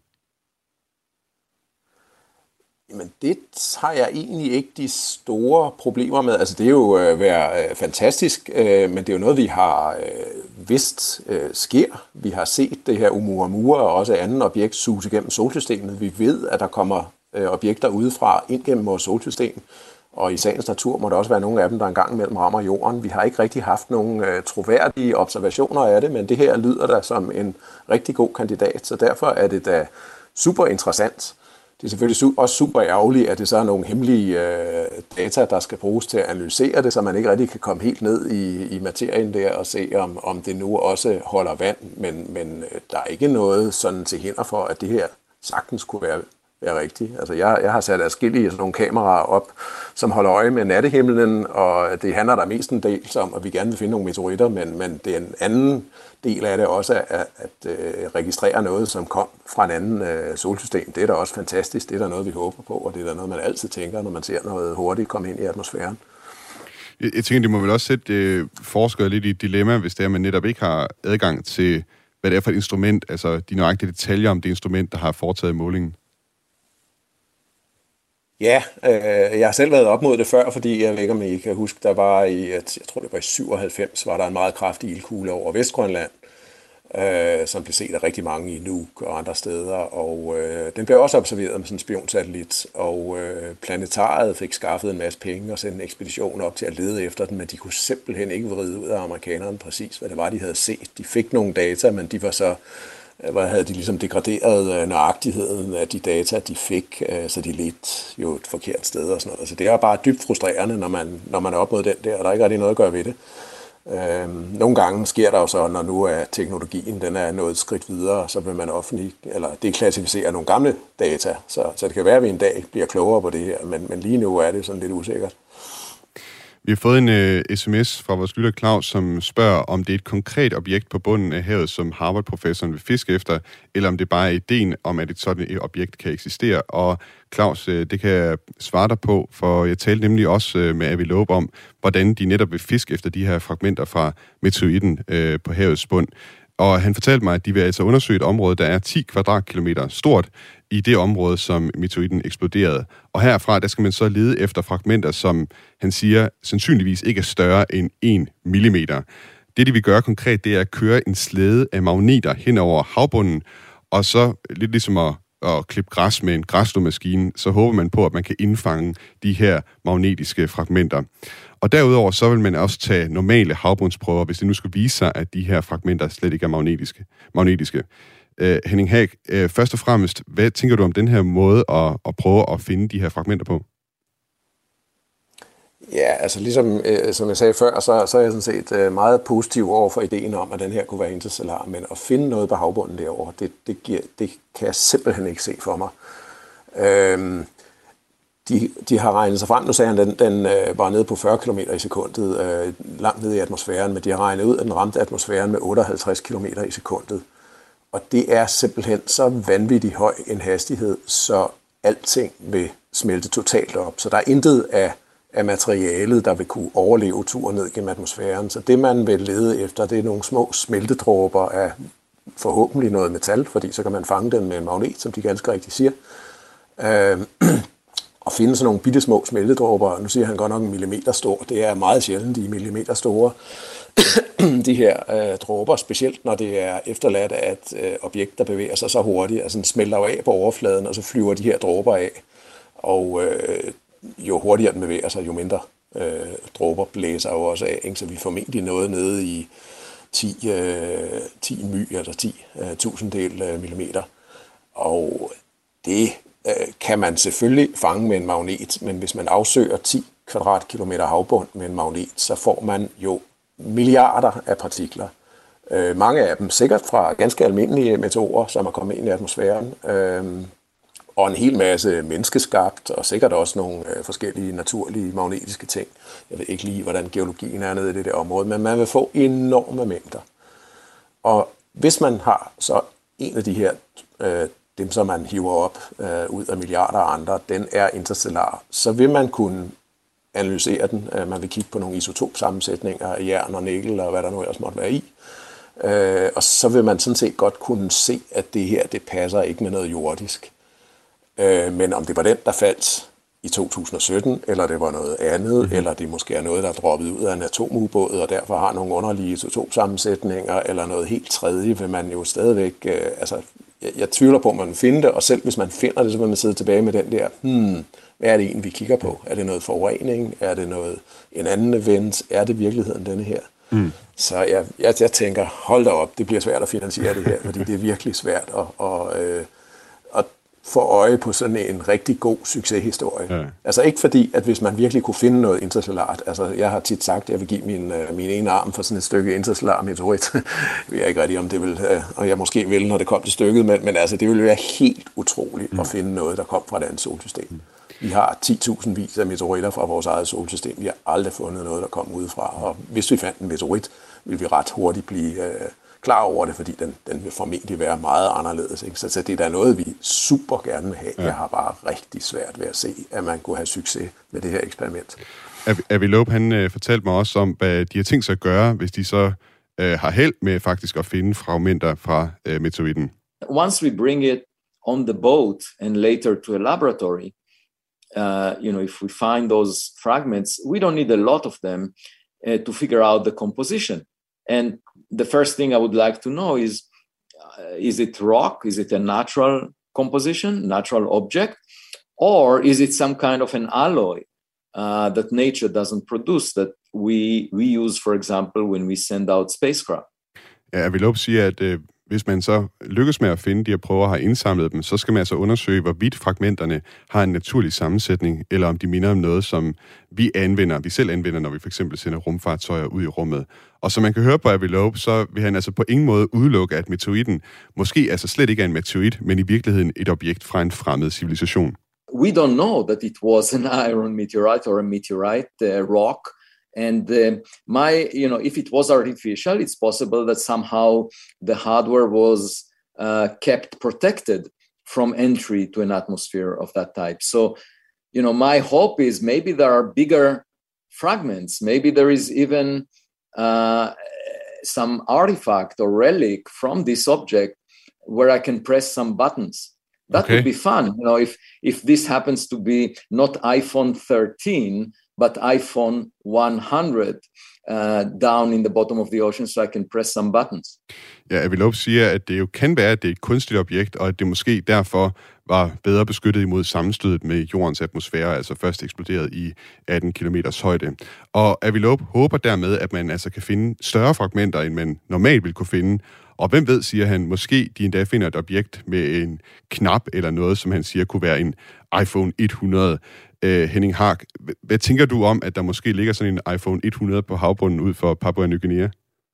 Jamen, det har jeg egentlig ikke de store problemer med. Altså, det er jo øh, være øh, fantastisk, øh, men det er jo noget, vi har øh, vidst øh, sker. Vi har set det her Oumuamua og også anden objekt suse igennem solsystemet. Vi ved, at der kommer øh, objekter udefra ind gennem vores solsystem, og i sagens natur må der også være nogle af dem, der engang imellem rammer jorden. Vi har ikke rigtig haft nogle øh, troværdige observationer af det, men det her lyder da som en rigtig god kandidat, så derfor er det da super interessant. Det er selvfølgelig også super ærgerligt, at det så er nogle hemmelige øh, data, der skal bruges til at analysere det, så man ikke rigtig kan komme helt ned i, i materien der og se, om, om det nu også holder vand. Men, men øh, der er ikke noget sådan til hinder for, at det her sagtens kunne være, være rigtigt. Altså jeg, jeg har sat adskillige sådan nogle kameraer op, som holder øje med nattehimlen, og det handler der mest en del om, at vi gerne vil finde nogle meteoritter, men, men det er en anden del af det også at, at, at øh, registrere noget, som kom fra en anden øh, solsystem. Det er da også fantastisk. Det er da noget, vi håber på, og det er da noget, man altid tænker, når man ser noget hurtigt komme ind i atmosfæren. Jeg, jeg tænker, det må vel også sætte øh, forskere lidt i et dilemma, hvis det er, at man netop ikke har adgang til, hvad det er for et instrument, altså de nøjagtige detaljer om det instrument, der har foretaget målingen. Ja, øh, jeg har selv været op mod det før, fordi jeg ved ikke, om I kan huske, der var i, jeg tror det var i syvoghalvfems, var der en meget kraftig ildkugle over Vestgrønland, øh, som blev set af rigtig mange i Nuuk og andre steder, og øh, den blev også observeret med sådan en spionsatellit, og øh, planetariet fik skaffet en masse penge og sendt en ekspedition op til at lede efter den, men de kunne simpelthen ikke vride ud af amerikanerne præcis, hvad det var, de havde set. De fik nogle data, men de var så hvor havde de ligesom degraderet nøjagtigheden af de data, de fik, så de ledte jo et forkert sted og sådan noget. Altså det er bare dybt frustrerende, når man, når man er op mod den der, og der er ikke rigtig noget at gøre ved det. Øhm, nogle gange sker der jo så, når nu er teknologien den er nået et skridt videre, så vil man offentlig, eller deklassificere nogle gamle data, så, så det kan være, at vi en dag bliver klogere på det her, men, men lige nu er det sådan lidt usikkert. Vi har fået en uh, sms fra vores lytter Claus, som spørger, om det er et konkret objekt på bunden af havet, som Harvard-professoren vil fiske efter, eller om det bare er ideen om, at et sådan et objekt kan eksistere. Og Claus, uh, det kan jeg svare dig på, for jeg talte nemlig også uh, med Avi Loeb om, hvordan de netop vil fiske efter de her fragmenter fra meteoritten uh, på havets bund. Og han fortalte mig, at de vil altså undersøge et område, der er ti kvadratkilometer stort, i det område, som meteoritten eksploderede. Og herfra, der skal man så lede efter fragmenter, som han siger, sandsynligvis ikke er større end en millimeter. Det, de vil gøre konkret, det er at køre en slæde af magneter hen over havbunden, og så lidt ligesom at at klippe græs med en græsslåmaskine, så håber man på, at man kan indfange de her magnetiske fragmenter. Og derudover så vil man også tage normale havbundsprøver, hvis det nu skulle vise sig, at de her fragmenter slet ikke er magnetiske. magnetiske. Uh, Henning Haag, uh, først og fremmest, hvad tænker du om den her måde at, at prøve at finde de her fragmenter på? Ja, altså ligesom øh, som jeg sagde før, så, så er jeg sådan set øh, meget positiv over for ideen om, at den her kunne være interstellar, men at finde noget på havbunden derovre, det, det, giver, det kan jeg simpelthen ikke se for mig. Øhm, de, de har regnet sig frem, nu sagde han, den, den øh, var nede på fyrre kilometer i sekundet, øh, langt nede i atmosfæren, men de har regnet ud, at den ramte atmosfæren med otteoghalvtreds kilometer i sekundet. Og det er simpelthen så vanvittigt høj en hastighed, så alting vil smelte totalt op. Så der er intet af af materialet, der vil kunne overleve turen ned gennem atmosfæren. Så det, man vil lede efter, det er nogle små smeltedråber af forhåbentlig noget metal, fordi så kan man fange den med en magnet, som de ganske rigtigt siger. Øh, og finde sådan nogle bitte små smeltedråber, nu siger han godt nok en millimeter stor, det er meget sjældent, de er millimeter store, de her øh, dråber, specielt når det er efterladt af et øh, objekt, der bevæger sig så hurtigt, altså den smelter jo af på overfladen, og så flyver de her dråber af. Og øh, jo hurtigere den bevæger sig, jo mindre øh, dråber blæser jo også af, ikke? Så vi får formentlig noget nede i ti, øh, ti my, eller ti øh, tusindedel øh, millimeter. Og det øh, kan man selvfølgelig fange med en magnet, men hvis man afsøger ti kvadratkilometer havbund med en magnet, så får man jo milliarder af partikler. Øh, mange af dem sikkert fra ganske almindelige meteorer, som er kommet ind i atmosfæren, øh, og en hel masse menneskeskabt, og sikkert også nogle øh, forskellige naturlige magnetiske ting. Jeg ved ikke lige, hvordan geologien er nede i det der område, men man vil få enorme mængder. Og hvis man har så en af de her, øh, dem som man hiver op øh, ud af milliarder af andre, den er interstellar, så vil man kunne analysere den. Øh, man vil kigge på nogle isotopsammensætninger af jern og nikkel, og hvad der nu ellers måtte være i. Øh, og så vil man sådan set godt kunne se, at det her, det passer ikke med noget jordisk. Men om det var den, der faldt i to tusind og sytten, eller det var noget andet, mm-hmm. eller det måske er noget, der er droppet ud af en atomubåd, og derfor har nogle underlige isotopsammensætninger, eller noget helt tredje, vil man jo stadigvæk... Øh, altså, jeg, jeg tvivler på, at man finder det, og selv hvis man finder det, så vil man sidde tilbage med den der, hmm, hvad er det egentlig, vi kigger på? Er det noget forurening? Er det noget en anden event? Er det virkeligheden, denne her? Mm. Så jeg, jeg, jeg tænker, hold da op, det bliver svært at finansiere det her, fordi det er virkelig svært at... Og, øh, at få øje på sådan en rigtig god succeshistorie. Ja. Altså ikke fordi, at hvis man virkelig kunne finde noget interstellart, altså jeg har tit sagt, at jeg vil give min, uh, min ene arm for sådan et stykke interstellar meteorit. Jeg ved ikke rigtig, om det vil, uh, og jeg måske vil, når det kom til stykket, men, men altså det ville være helt utroligt mm. at finde noget, der kom fra et andet solsystem. Mm. Vi har ti tusind vis af meteoritter fra vores eget solsystem. Vi har aldrig fundet noget, der kom udefra, og hvis vi fandt en meteorit, ville vi ret hurtigt blive... Uh, klar over det, fordi den, den vil formentlig være meget anderledes. Ikke? Så, så det er da noget, vi super gerne vil have. Ja. Jeg har bare rigtig svært ved at se, at man kunne have succes med det her eksperiment. Avi Loeb, han øh, fortalte mig også om, hvad de har tænkt sig at gøre, hvis de så øh, har held med faktisk at finde fragmenter fra øh, meteoritten. Once we bring it on the boat and later to a laboratory, uh, you know, if we find those fragments, we don't need a lot of them uh, to figure out the composition. And the first thing I would like to know is, uh, is it rock? Is it a natural composition, natural object? Or is it some kind of an alloy uh, that nature doesn't produce that we, we use, for example, when we send out spacecraft? Ja, jeg vil sige, at øh, hvis man så lykkes med at finde de her prøver og har indsamlet dem, så skal man altså undersøge, hvorvidt fragmenterne har en naturlig sammensætning, eller om de minder om noget, som vi anvender, vi selv anvender, når vi for eksempel sender rumfartøjer ud i rummet. Og som man kan høre på Avi Loeb, så vil han altså på ingen måde udelukke, at meteoritten måske altså slet ikke er en meteorit, men i virkeligheden et objekt fra en fremmed civilisation. We don't know that it was an iron meteorite or a meteorite uh, rock. And uh, my, you know, if it was artificial, it's possible that somehow the hardware was uh, kept protected from entry to an atmosphere of that type. So, you know, my hope is maybe there are bigger fragments. Maybe there is even uh, some artifact or relic from this object where I can press some buttons. That okay. would be fun. You know, if if this happens to be not iPhone thirteen, but iPhone one hundred uh, down in the bottom of the ocean, so I can press some buttons. Ja, Avilov siger, at det jo kan være, at det er et kunstigt objekt, og at det måske derfor var bedre beskyttet imod sammenstødet med jordens atmosfære, altså først eksploderet i atten kilometers højde. Og Avilov håber dermed, at man altså kan finde større fragmenter, end man normalt vil kunne finde. Og hvem ved, siger han, måske de endda finder et objekt med en knap eller noget, som han siger kunne være en iPhone hundrede. Uh, Henning Haag, hvad tænker du om, at der måske ligger sådan en iPhone hundrede på havbunden ud for Papua Ny Guinea?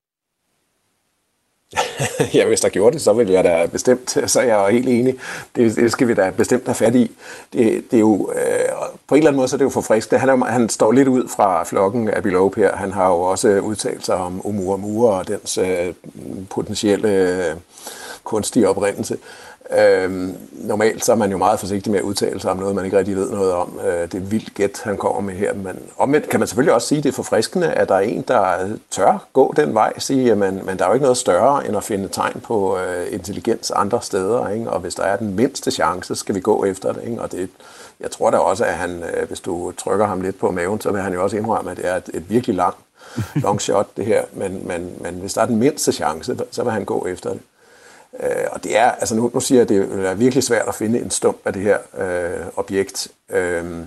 Ja, hvis der gjorde det, så ville jeg da bestemt, så er jeg jo helt enig. Det, det skal vi da bestemt have fat i. Det, det er jo, øh, på en eller anden måde, så er det jo forfriskende. Han, er, han står lidt ud fra flokken af Avilov her. Han har jo også udtalt sig om Oumuamua og dens øh, potentielle øh, kunstige oprindelse. Øhm, normalt så er man jo meget forsigtig med at udtale sig om noget, man ikke rigtig ved noget om. Øh, det er vildt gæt, han kommer med her. Men omvendt kan man selvfølgelig også sige, at det er forfriskende, at der er en, der tør gå den vej. Sige, at man, men der er jo ikke noget større, end at finde tegn på øh, intelligens andre steder. Ikke? Og hvis der er den mindste chance, så skal vi gå efter det. Ikke? Og det, jeg tror da også, at han, øh, hvis du trykker ham lidt på maven, så vil han jo også indrømme, at det er et, et virkelig lang, long shot, det her. Men, men, men hvis der er den mindste chance, så vil han gå efter det. Uh, og det er, altså nu, nu siger jeg, at det er virkelig svært at finde en stump af det her uh, objekt. Uh,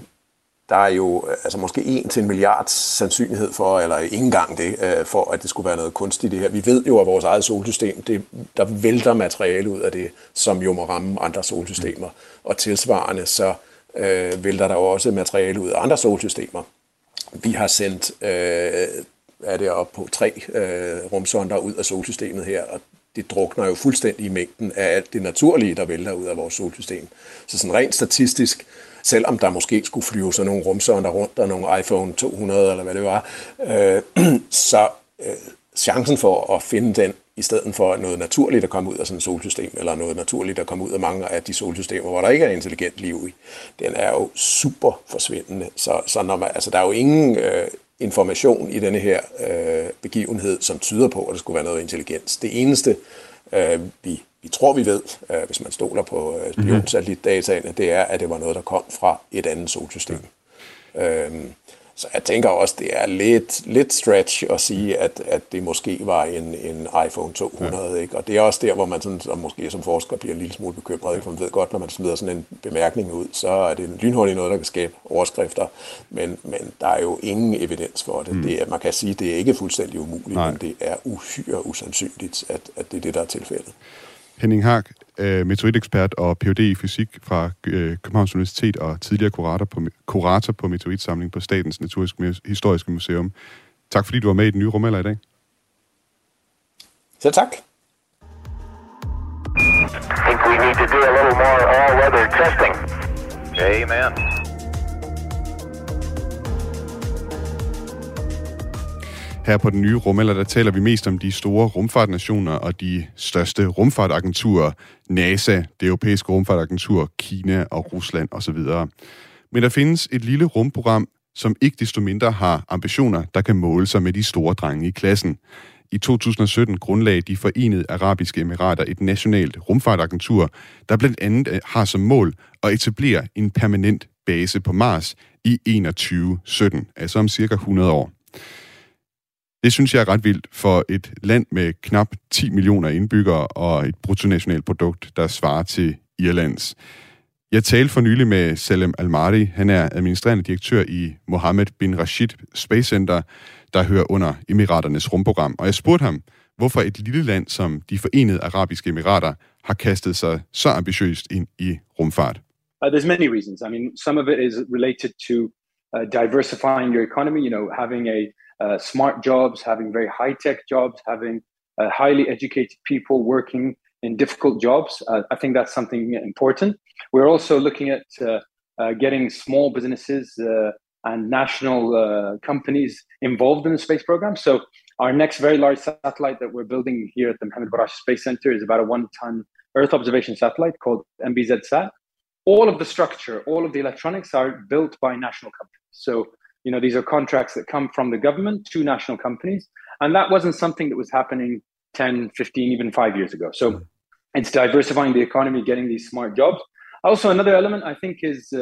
der er jo altså måske en til en milliard sandsynlighed for, eller ikke engang det, uh, for at det skulle være noget kunstigt det her. Vi ved jo, at vores eget solsystem, det, der vælter materiale ud af det, som jo må ramme andre solsystemer. Og tilsvarende så uh, vælter der også materiale ud af andre solsystemer. Vi har sendt, uh, er det op på tre uh, rumsonder ud af solsystemet her, og det drukner jo fuldstændig i mængden af alt det naturlige, der vælter ud af vores solsystem. Så sådan rent statistisk, selvom der måske skulle flyve sådan nogle rumsonder rundt, og nogle iPhone to hundrede, eller hvad det var, øh, så øh, chancen for at finde den, i stedet for noget naturligt at komme ud af sådan et solsystem, eller noget naturligt at komme ud af mange af de solsystemer, hvor der ikke er intelligent liv i, den er jo super forsvindende. Så, så når man, altså, der er jo ingen øh, information i denne her øh, begivenhed, som tyder på, at der skulle være noget intelligens. Det eneste, øh, vi, vi tror, vi ved, øh, hvis man stoler på øh, spionsatellitdataene, det er, at det var noget, der kom fra et andet solsystem. Mm. Øhm, Så jeg tænker også, det er lidt, lidt stretch at sige, at, at det måske var en, en iPhone to hundrede. Ja. Ikke? Og det er også der, hvor man sådan, som måske som forsker bliver en lille smule bekymret. Ikke? For man ved godt, når man smider sådan en bemærkning ud, så er det en lynhurtigt noget, der kan skabe overskrifter. Men, men der er jo ingen evidens for det. Mm. det er, man kan sige, at det er ikke fuldstændig umuligt, Nej. men det er uhyre usandsynligt, at, at det er det, der er tilfældet. Henning Haag, meteoritekspert og P H D i fysik fra Københavns Universitet og tidligere kurator på, kurator på meteoritsamling på Statens Naturhistoriske Museum. Tak fordi du var med i den nye rumalder i dag. Selv tak. I think we need to do a little more all-weather testing. Amen. Her på den nye rumalder, der taler vi mest om de store rumfartnationer og de største rumfartagenturer, NASA, det europæiske rumfartagentur, Kina og Rusland osv. Men der findes et lille rumprogram, som ikke desto mindre har ambitioner, der kan måle sig med de store drenge i klassen. I to tusind og sytten grundlagde de Forenede Arabiske Emirater et nationalt rumfartagentur, der blandt andet har som mål at etablere en permanent base på Mars i enogtyve sytten, altså om cirka hundrede år. Det synes jeg er ret vildt for et land med knap ti millioner indbyggere og et bruttonationalprodukt, der svarer til Irlands. Jeg talte for nylig med Salem Al-Mari. Han er administrerende direktør i Mohammed bin Rashid Space Center, der hører under Emiraternes rumprogram. Og jeg spurgte ham, hvorfor et lille land som de Forenede Arabiske Emirater har kastet sig så ambitiøst ind i rumfart. Uh, there's many reasons. I mean, some of it is related to uh, diversifying your economy, you know, having a Uh, smart jobs, having very high-tech jobs, having uh, highly educated people working in difficult jobs. Uh, I think that's something important. We're also looking at uh, uh, getting small businesses uh, and national uh, companies involved in the space program. So our next very large satellite that we're building here at the Mohammed bin Rashid Space Center is about a one-ton Earth observation satellite called M B Z SAT. All of the structure, all of the electronics are built by national companies. So you know, these are contracts that come from the government to national companies. And that wasn't something that was happening ten, fifteen, even five years ago. So it's diversifying the economy, getting these smart jobs. Also, another element, I think, is uh,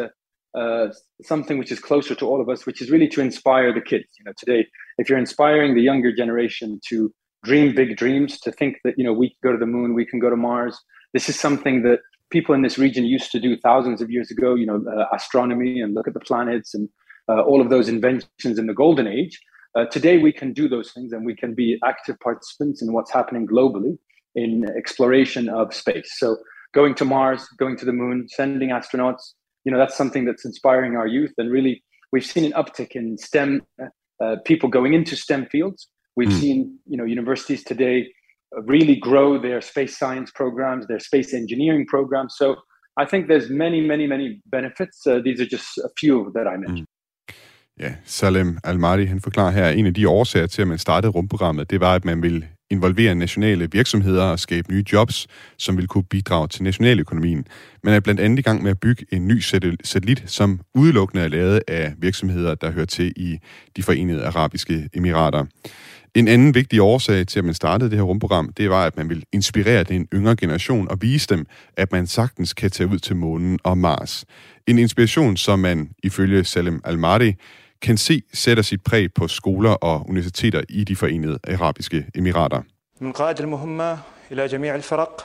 uh, something which is closer to all of us, which is really to inspire the kids. You know, today, if you're inspiring the younger generation to dream big dreams, to think that, you know, we can go to the moon, we can go to Mars. This is something that people in this region used to do thousands of years ago, you know, uh, astronomy and look at the planets and uh, all of those inventions in the golden age. Uh, today, we can do those things and we can be active participants in what's happening globally in exploration of space. So going to Mars, going to the moon, sending astronauts, you know, that's something that's inspiring our youth. And really, we've seen an uptick in STEM, uh, people going into STEM fields. We've mm. seen, you know, universities today really grow their space science programs, their space engineering programs. So I think there's many, many, many benefits. Uh, these are just a few that I mentioned. Mm. Ja, Salem Al-Mahdi, han forklarer her, at en af de årsager til, at man startede rumprogrammet, det var, at man ville involvere nationale virksomheder og skabe nye jobs, som ville kunne bidrage til nationaløkonomien. Man er blandt andet i gang med at bygge en ny satellit, som udelukkende er lavet af virksomheder, der hører til i de Forenede Arabiske Emirater. En anden vigtig årsag til, at man startede det her rumprogram, det var, at man ville inspirere den yngre generation og vise dem, at man sagtens kan tage ud til månen og Mars. En inspiration, som man ifølge Salem Al-Mahdi kan se sætter sit præg på skoler og universiteter i de Forenede Arabiske Emirater. من قائد المهمة إلى جميع الفرق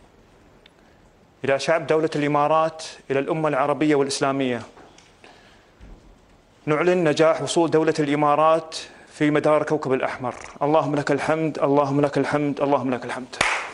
إلى شعب دولة الإمارات إلى الأمة العربية والإسلامية نعلن نجاح وصول دولة الإمارات في مدار كوكب الأحمر. اللهم لك الحمد اللهم لك الحمد اللهم لك الحمد.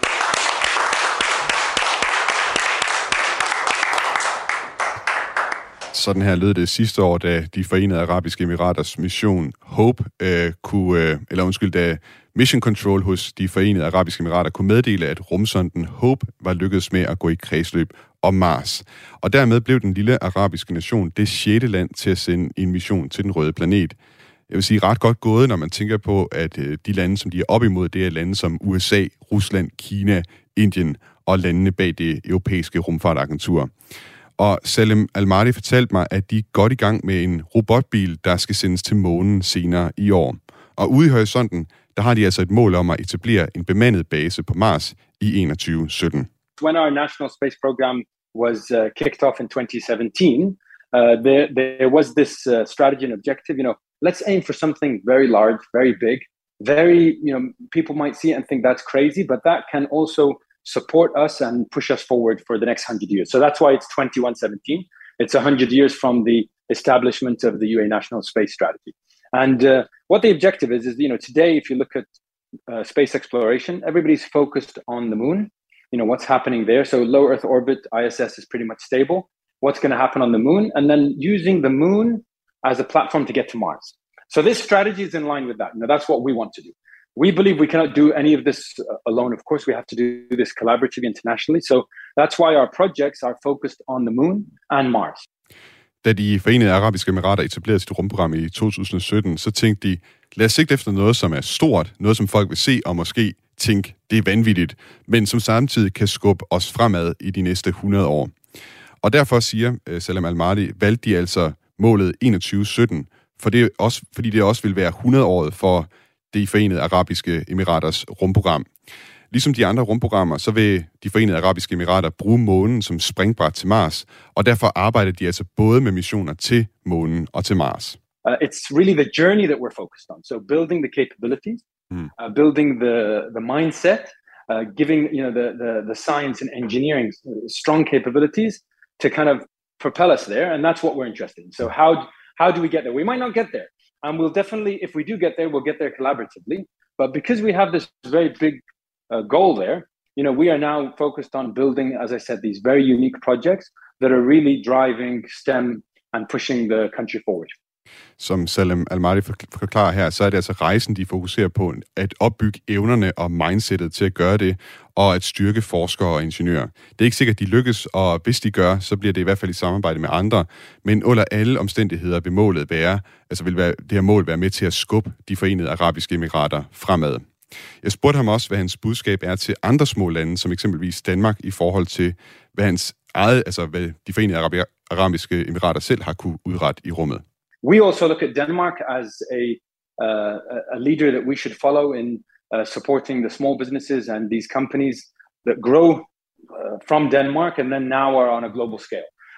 Sådan her lød det sidste år, da de Forenede Arabiske Emiraters mission HOPE øh, kunne, øh, eller undskyld, da Mission Control hos de Forenede Arabiske Emirater kunne meddele, at rumsonden HOPE var lykkedes med at gå i kredsløb om Mars. Og dermed blev den lille arabiske nation det sjette land til at sende en mission til den røde planet. Jeg vil sige ret godt gået, når man tænker på, at øh, de lande, som de er op imod, det er lande som U S A, Rusland, Kina, Indien og landene bag det europæiske rumfartagentur. Og Salem Al-Mahdi fortalte mig, at de er godt i gang med en robotbil, der skal sendes til månen senere i år. Og ude i horisonten, der har de altså et mål om at etablere en bemandet base på Mars i enogtyve sytten. When our national space program was uh, kicked off in twenty seventeen, uh, there, there was this uh, strategy and objective, you know, let's aim for something very large, very big, very, you know, people might see it and think that's crazy, but that can also support us and push us forward for the next hundred years. So that's why it's twenty-one seventeen. It's a hundred years from the establishment of the U A E National Space Strategy. And uh, what the objective is, is, you know, today, if you look at uh, space exploration, everybody's focused on the moon, you know, what's happening there. So low Earth orbit, I S S is pretty much stable. What's going to happen on the moon? And then using the moon as a platform to get to Mars. So this strategy is in line with that. You know, that's what we want to do. We believe we cannot do any of this alone. Of course, we have to do this collaboratively internationally. So that's why our projects are focused on the moon and Mars. Da de Forenede Arabiske Emirater etablerede sit rumprogram i to tusind sytten, så tænkte de, lad os sigte efter noget, som er stort, noget, som folk vil se og måske tænke, det er vanvittigt, men som samtidig kan skubbe os fremad i de næste hundrede år. Og derfor siger uh, Salem Al-Mahdi, valgte de altså målet enogtyve sytten, for det også, fordi det også vil være hundrede-året for de Forenede Arabiske Emiraters rumprogram. Ligesom de andre rumprogrammer, så vil de Forenede Arabiske Emirater bruge månen som springbræt til Mars, og derfor arbejder de altså både med missioner til månen og til Mars. Uh, it's really the journey that we're focused on. So building the capabilities, mm. uh, building the the mindset, uh, giving you know the, the the science and engineering strong capabilities to kind of propel us there, and that's what we're interested in. So how how do we get there? We might not get there. And we'll definitely, if we do get there, we'll get there collaboratively. But because we have this very big uh, goal there, you know, we are now focused on building, as I said, these very unique projects that are really driving STEM and pushing the country forward. Som Salem Al-Mahdi forklarer her, så er det altså rejsen, de fokuserer på, at opbygge evnerne og mindsetet til at gøre det, og at styrke forskere og ingeniører. Det er ikke sikkert, at de lykkes, og hvis de gør, så bliver det i hvert fald i samarbejde med andre. Men under alle omstændigheder vil målet være, altså vil være, det her mål være med til at skubbe de Forenede Arabiske Emirater fremad. Jeg spurgte ham også, hvad hans budskab er til andre små lande, som eksempelvis Danmark, i forhold til, hvad hans eget, altså hvad de Forenede Arabiske Emirater selv har kunne udrette i rummet. We also look at Denmark as a uh, a leader that we should follow in uh, supporting the small businesses and these companies that grow uh, from Denmark and then now are on a global scale.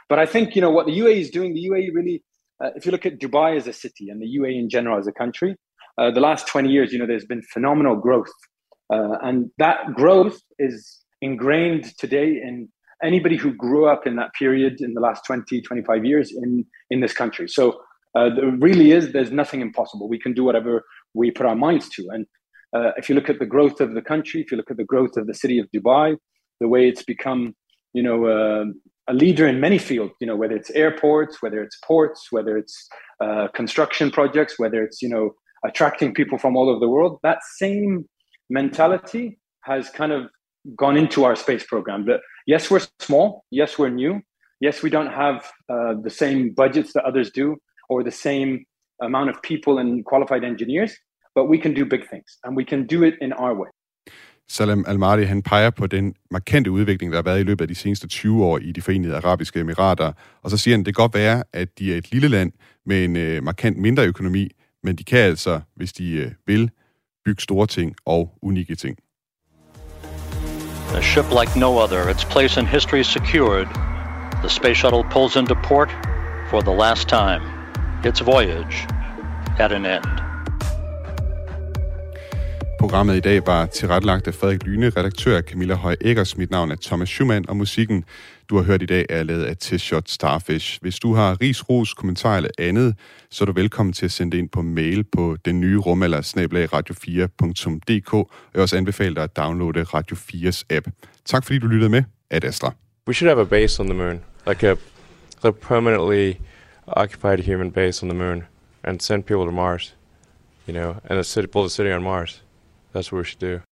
But I think, you know, what the U A E is doing, the U A E really, uh, if you look at Dubai as a city and the U A E in general as a country, uh, the last twenty years, you know, there's been phenomenal growth. Uh, and that growth is ingrained today in anybody who grew up in that period in the last twenty, twenty-five years in, in this country. So uh, there really is, there's nothing impossible. We can do whatever we put our minds to. And uh, if you look at the growth of the country, if you look at the growth of the city of Dubai, the way it's become, you know, uh, a leader in many fields, you know, whether it's airports, whether it's ports, whether it's uh, construction projects, whether it's, you know, attracting people from all over the world, that same mentality has kind of gone into our space program. But yes, we're small. Yes, we're new. Yes, we don't have uh, the same budgets that others do or the same amount of people and qualified engineers, but we can do big things and we can do it in our way. Salem Al-Mardi, han peger på den markante udvikling, der har været i løbet af de seneste tyve år i de Forenede Arabiske Emirater. Og så siger han, det kan godt være, at de er et lille land med en øh, markant mindre økonomi, men de kan altså, hvis de øh, vil, bygge store ting og unikke ting. A ship like no other, its place in history secured. The space shuttle pulls into port for the last time. Its voyage at an end. Programmet i dag var tilrettelagt af Frederik Lyne, redaktør Camilla Høj Eggers. Mit navn er Thomas Schumann, og musikken, du har hørt i dag, er lavet af T-Shot Starfish. Hvis du har ris, ros, kommentar eller andet, så er du velkommen til at sende det ind på mail på den nye rumalder snabel-a radio fire punktum d k. Og jeg også anbefaler dig at downloade Radio fires app. Tak fordi du lyttede med. Ad Astra. We should have a base on the moon, like a, a permanently occupied human base on the moon, and send people to Mars, you know, and a city, build a city on Mars. That's what we should do.